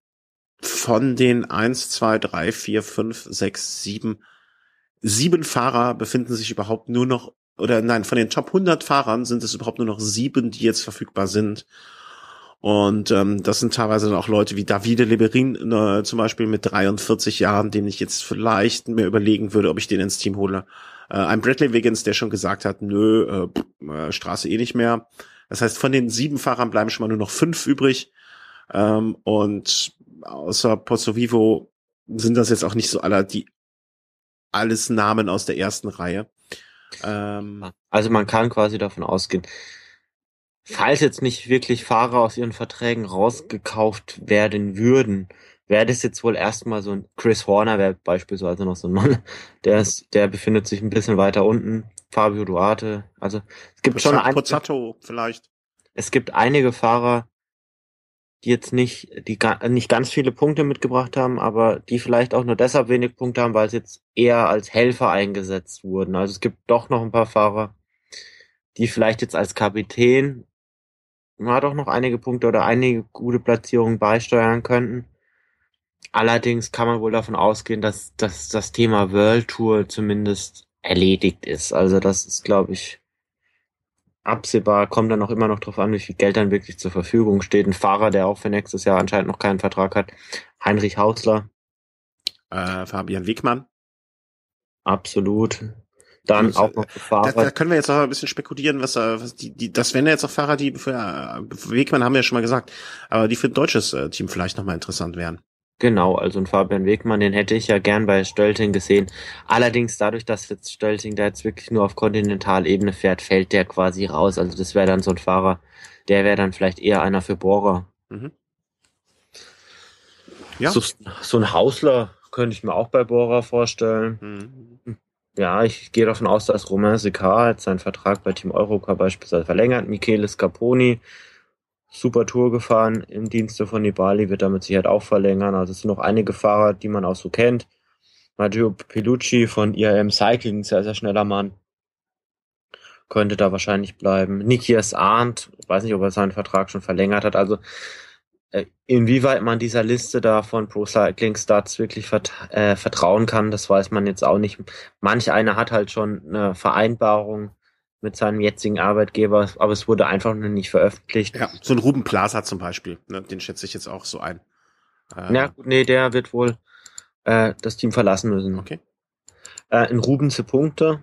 von den eins, zwei, drei, vier, fünf, sechs, sieben, sieben Fahrer befinden sich überhaupt nur noch, oder nein, von den Top hundert Fahrern sind es überhaupt nur noch sieben, die jetzt verfügbar sind. Und ähm, das sind teilweise dann auch Leute wie Davide Leberin äh, zum Beispiel mit dreiundvierzig Jahren, den ich jetzt vielleicht mir überlegen würde, ob ich den ins Team hole. Äh, ein Bradley Wiggins, der schon gesagt hat, nö, äh, Straße eh nicht mehr. Das heißt, von den sieben Fahrern bleiben schon mal nur noch fünf übrig. Ähm, und außer Pozzovivo sind das jetzt auch nicht so aller die alles Namen aus der ersten Reihe. Ähm, also man kann quasi davon ausgehen, falls jetzt nicht wirklich Fahrer aus ihren Verträgen rausgekauft werden würden, wäre das jetzt wohl erstmal so ein Chris Horner, wäre beispielsweise noch so ein Mann, der ist, der befindet sich ein bisschen weiter unten. Fabio Duarte, also es gibt Pozzato, schon einige, Pozzato vielleicht. Es gibt einige Fahrer, die jetzt nicht, die gar, nicht ganz viele Punkte mitgebracht haben, aber die vielleicht auch nur deshalb wenig Punkte haben, weil sie jetzt eher als Helfer eingesetzt wurden. Also es gibt doch noch ein paar Fahrer, die vielleicht jetzt als Kapitän ja, doch noch einige Punkte oder einige gute Platzierungen beisteuern könnten. Allerdings kann man wohl davon ausgehen, dass, dass das Thema World Tour zumindest erledigt ist. Also das ist, glaube ich, absehbar. Kommt dann auch immer noch drauf an, wie viel Geld dann wirklich zur Verfügung steht. Ein Fahrer, der auch für nächstes Jahr anscheinend noch keinen Vertrag hat, Heinrich Hausler. Äh, Fabian Wegmann. Absolut. Dann und, auch noch Fahrer. Da, da können wir jetzt auch ein bisschen spekulieren, was, was die, die, das wären ja jetzt auch Fahrer, die für äh, Wegmann haben wir ja schon mal gesagt, aber die für ein deutsches äh, Team vielleicht nochmal interessant wären. Genau, also ein Fabian Wegmann, den hätte ich ja gern bei Stölting gesehen. Allerdings dadurch, dass jetzt Stölting da jetzt wirklich nur auf Kontinentalebene fährt, fällt der quasi raus. Also das wäre dann so ein Fahrer, der wäre dann vielleicht eher einer für Bohrer. Mhm. Ja. So, so ein Hausler könnte ich mir auch bei Bohrer vorstellen. Mhm. Ja, ich gehe davon aus, dass Romain Sicard jetzt seinen Vertrag bei Team Eurocar beispielsweise verlängert. Michele Scarponi, super Tour gefahren im Dienste von Nibali, wird damit sicher auch verlängern. Also es sind noch einige Fahrer, die man auch so kennt. Matteo Pilucci von I A M Cycling, sehr, sehr schneller Mann, könnte da wahrscheinlich bleiben. Nikias Arndt, weiß nicht, ob er seinen Vertrag schon verlängert hat. Also inwieweit man dieser Liste da von Pro Cycling Stats wirklich vert- äh, vertrauen kann, das weiß man jetzt auch nicht. Manch einer hat halt schon eine Vereinbarung mit seinem jetzigen Arbeitgeber, aber es wurde einfach nur nicht veröffentlicht. Ja, so ein Ruben Plaza zum Beispiel, ne, den schätze ich jetzt auch so ein. Äh, ja, gut, nee, der wird wohl äh, das Team verlassen müssen. Okay. Äh, in Ruben Punkte,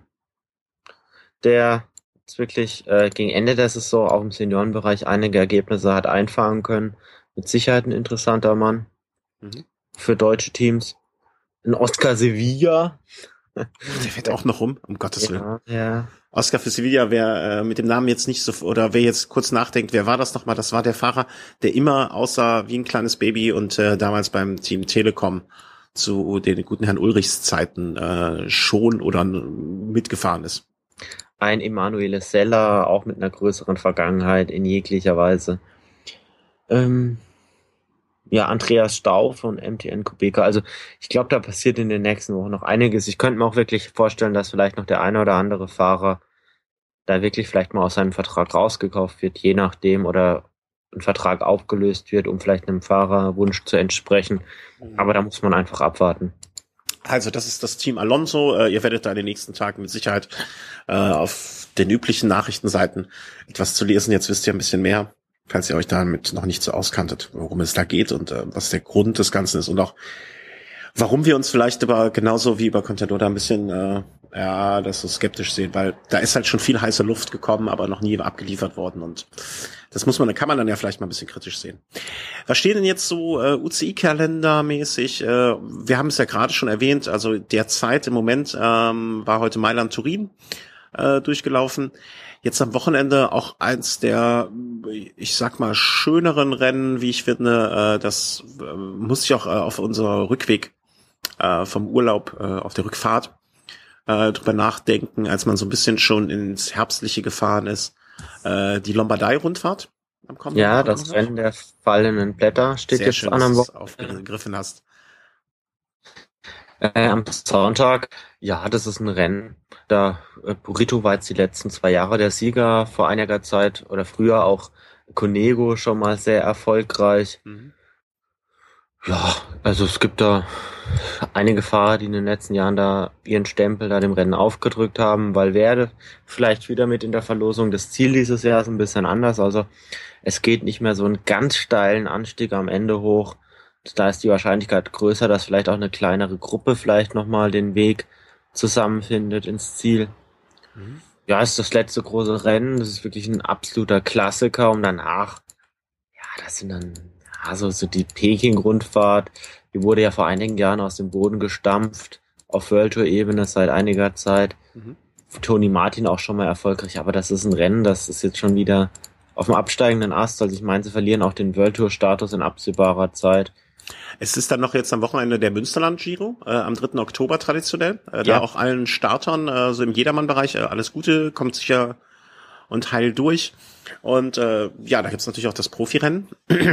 der jetzt wirklich äh, gegen Ende der Saison auch im Seniorenbereich einige Ergebnisse hat einfahren können. Mit Sicherheit ein interessanter Mann mhm. für deutsche Teams. Ein Oscar Sevilla. Der fährt auch noch rum, um Gottes Willen. Ja, ja. Oscar für Sevilla, wer äh, mit dem Namen jetzt nicht so, oder wer jetzt kurz nachdenkt, wer war das nochmal? Das war der Fahrer, der immer aussah wie ein kleines Baby und äh, damals beim Team Telekom zu den guten Herrn Ulrichs Zeiten äh, schon oder mitgefahren ist. Ein Emanuele Seller, auch mit einer größeren Vergangenheit in jeglicher Weise. Ähm, ja, Andreas Stau von M T N Kubeka. Also ich glaube, da passiert in den nächsten Wochen noch einiges. Ich könnte mir auch wirklich vorstellen, dass vielleicht noch der eine oder andere Fahrer da wirklich vielleicht mal aus seinem Vertrag rausgekauft wird, je nachdem, oder ein Vertrag aufgelöst wird, um vielleicht einem Fahrerwunsch zu entsprechen. Aber da muss man einfach abwarten. Also das ist das Team Alonso. Äh, ihr werdet da in den nächsten Tagen mit Sicherheit äh, auf den üblichen Nachrichtenseiten etwas zu lesen. Jetzt wisst ihr ein bisschen mehr, falls ihr euch damit noch nicht so auskanntet, worum es da geht und äh, was der Grund des Ganzen ist und auch warum wir uns vielleicht über genauso wie über Contador ein bisschen äh, ja, das so skeptisch sehen, weil da ist halt schon viel heiße Luft gekommen, aber noch nie abgeliefert worden und das muss man, kann man dann ja vielleicht mal ein bisschen kritisch sehen. Was steht denn jetzt so äh, U C I-Kalender-mäßig? Äh, wir haben es ja gerade schon erwähnt, also derzeit im Moment ähm, war heute Mailand-Turin äh, durchgelaufen. Jetzt am Wochenende auch eins der, ich sag mal, schöneren Rennen, wie ich finde. Äh, das äh, muss ich auch äh, auf unserer Rückweg äh, vom Urlaub, äh, auf der Rückfahrt äh, drüber nachdenken, als man so ein bisschen schon ins Herbstliche gefahren ist. Äh, die Lombardei-Rundfahrt am kommenden Ja, das Rennen der fallenden Blätter steht Sehr jetzt schön, an am dass du Wochenende. es aufgegriffen hast. Äh, am Sonntag, ja, das ist ein Rennen. Da äh, Burrito war jetzt die letzten zwei Jahre der Sieger, vor einiger Zeit oder früher auch Conego schon mal sehr erfolgreich. Mhm. Ja, also es gibt da einige Fahrer, die in den letzten Jahren da ihren Stempel da dem Rennen aufgedrückt haben. Valverde vielleicht wieder mit in der Verlosung. Das Ziel dieses Jahr ist ein bisschen anders. Also es geht nicht mehr so einen ganz steilen Anstieg am Ende hoch. Da ist die Wahrscheinlichkeit größer, dass vielleicht auch eine kleinere Gruppe vielleicht nochmal den Weg zusammenfindet ins Ziel. Mhm. Ja, es ist das letzte große Rennen. Das ist wirklich ein absoluter Klassiker. Und danach, ja, das sind dann also so die Peking-Rundfahrt, die wurde ja vor einigen Jahren aus dem Boden gestampft, auf World Tour-Ebene seit einiger Zeit. Mhm. Tony Martin auch schon mal erfolgreich, aber das ist ein Rennen, das ist jetzt schon wieder auf dem absteigenden Ast. Also ich meine, sie verlieren auch den World Tour-Status in absehbarer Zeit. Es ist dann noch jetzt am Wochenende der Münsterland-Giro, äh, am dritten Oktober traditionell. Äh, ja. Da auch allen Startern, äh, so im Jedermann-Bereich, äh, alles Gute, kommt sicher und heil durch. Und äh, ja, da gibt's natürlich auch das Profirennen.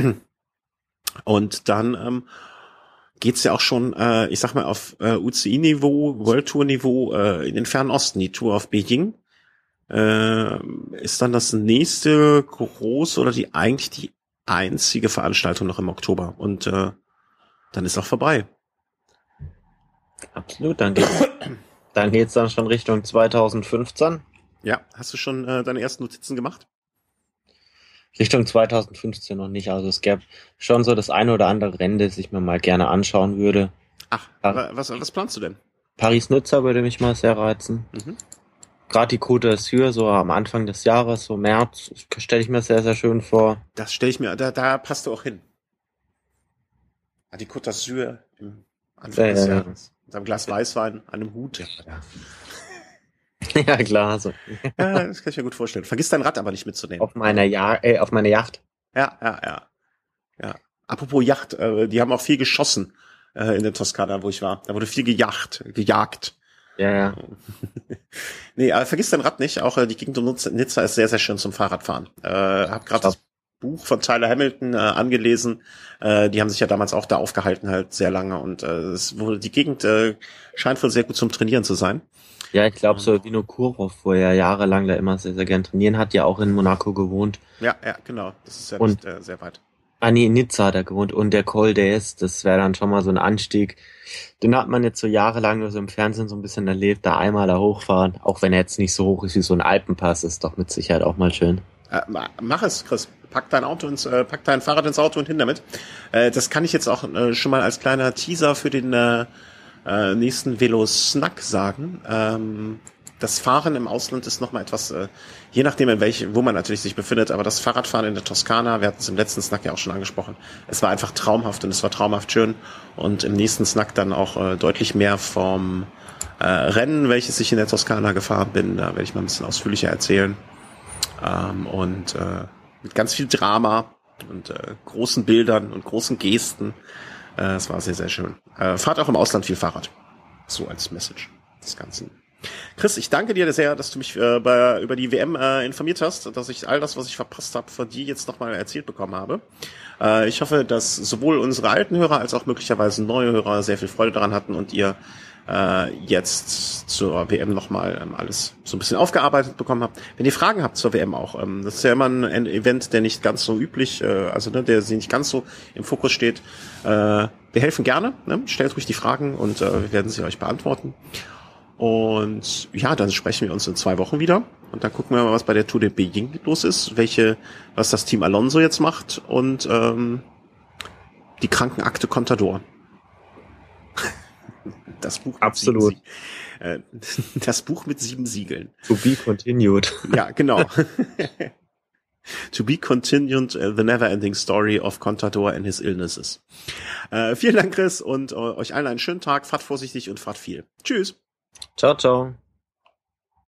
Und dann ähm, geht's ja auch schon, äh, ich sag mal, auf äh, U C I-Niveau, World Tour-Niveau äh, in den Fernen Osten. Die Tour auf Beijing äh, ist dann das nächste große oder die eigentlich die einzige Veranstaltung noch im Oktober. Und äh, dann ist auch vorbei. Absolut, dann geht's, dann geht's dann schon Richtung zwanzig fünfzehn. Ja, hast du schon äh, deine ersten Notizen gemacht? Richtung zwanzig fünfzehn noch nicht. Also es gäbe schon so das eine oder andere Rennen, das ich mir mal gerne anschauen würde. Ach, Par- was, was planst du denn? Paris-Nizza würde mich mal sehr reizen. Mhm. Gerade die Côte d'Azur, so am Anfang des Jahres, so März, stelle ich mir sehr, sehr schön vor. Das stelle ich mir, da, da passt du auch hin. Die Côte d'Azur im Anfang ja, des ja, Jahres. Mit einem Glas Weißwein, einem Hut. Ja, ja. Ja, klar. So. Ja, das kann ich mir gut vorstellen. Vergiss dein Rad aber nicht mitzunehmen. Auf meiner ja äh, auf meiner Yacht. Ja, ja, ja. Ja. Apropos Yacht, äh, die haben auch viel geschossen äh, in der Toskana, wo ich war. Da wurde viel gejacht, gejagt. Ja, ja. Nee, aber vergiss dein Rad nicht. Auch äh, die Gegend um Nizza ist sehr, sehr schön zum Fahrradfahren. Äh, hab gerade das Buch von Tyler Hamilton äh, angelesen. Äh, die haben sich ja damals auch da aufgehalten, halt sehr lange. Und äh, es wurde, die Gegend äh, scheint wohl sehr gut zum Trainieren zu sein. Ja, ich glaube, so Vinokurov, wo er jahrelang da immer sehr, sehr gern trainieren hat, ja auch in Monaco gewohnt. Ja, ja, genau. Das ist ja und, nicht äh, sehr weit. Ah nee, in Nizza hat er gewohnt und der Col d'Es, das wäre dann schon mal so ein Anstieg. Den hat man jetzt so jahrelang nur so im Fernsehen so ein bisschen erlebt, da einmal da hochfahren, auch wenn er jetzt nicht so hoch ist wie so ein Alpenpass, ist doch mit Sicherheit auch mal schön. Äh, mach es, Chris. Pack dein Auto ins, äh, pack dein Fahrrad ins Auto und hin damit. Äh, das kann ich jetzt auch äh, schon mal als kleiner Teaser für den äh, äh, nächsten Velo-Snack sagen. Ähm, das Fahren im Ausland ist nochmal etwas, äh, je nachdem in welch, wo man natürlich sich befindet, aber das Fahrradfahren in der Toskana, wir hatten es im letzten Snack ja auch schon angesprochen, es war einfach traumhaft und es war traumhaft schön und im nächsten Snack dann auch äh, deutlich mehr vom äh, Rennen, welches ich in der Toskana gefahren bin, da werde ich mal ein bisschen ausführlicher erzählen. Ähm, und äh, mit ganz viel Drama und äh, großen Bildern und großen Gesten. Äh, es war sehr, sehr schön. Äh, fahrt auch im Ausland viel Fahrrad. So als Message des Ganzen. Chris, ich danke dir sehr, dass du mich äh, bei, über die W M äh, informiert hast, dass ich all das, was ich verpasst habe, von dir jetzt nochmal erzählt bekommen habe. Äh, ich hoffe, dass sowohl unsere alten Hörer als auch möglicherweise neue Hörer sehr viel Freude daran hatten und ihr äh, jetzt zur W M nochmal ähm, alles so ein bisschen aufgearbeitet bekommen habt. Wenn ihr Fragen habt zur W M auch, ähm, das ist ja immer ein Event, der nicht ganz so üblich, äh, also ne, der nicht ganz so im Fokus steht. Äh, wir helfen gerne, ne? Stellt ruhig die Fragen und äh, wir werden sie euch beantworten. Und ja, dann sprechen wir uns in zwei Wochen wieder und dann gucken wir mal, was bei der Tour de Beijing los ist, welche, was das Team Alonso jetzt macht und ähm, die Krankenakte Contador. Das Buch mit Absolut. Sieben, äh, das Buch mit sieben Siegeln. To be continued. Ja, genau. To be continued, uh, the never-ending story of Contador and his illnesses. Äh, vielen Dank, Chris, und uh, euch allen einen schönen Tag. Fahrt vorsichtig und fahrt viel. Tschüss. Ciao, ciao.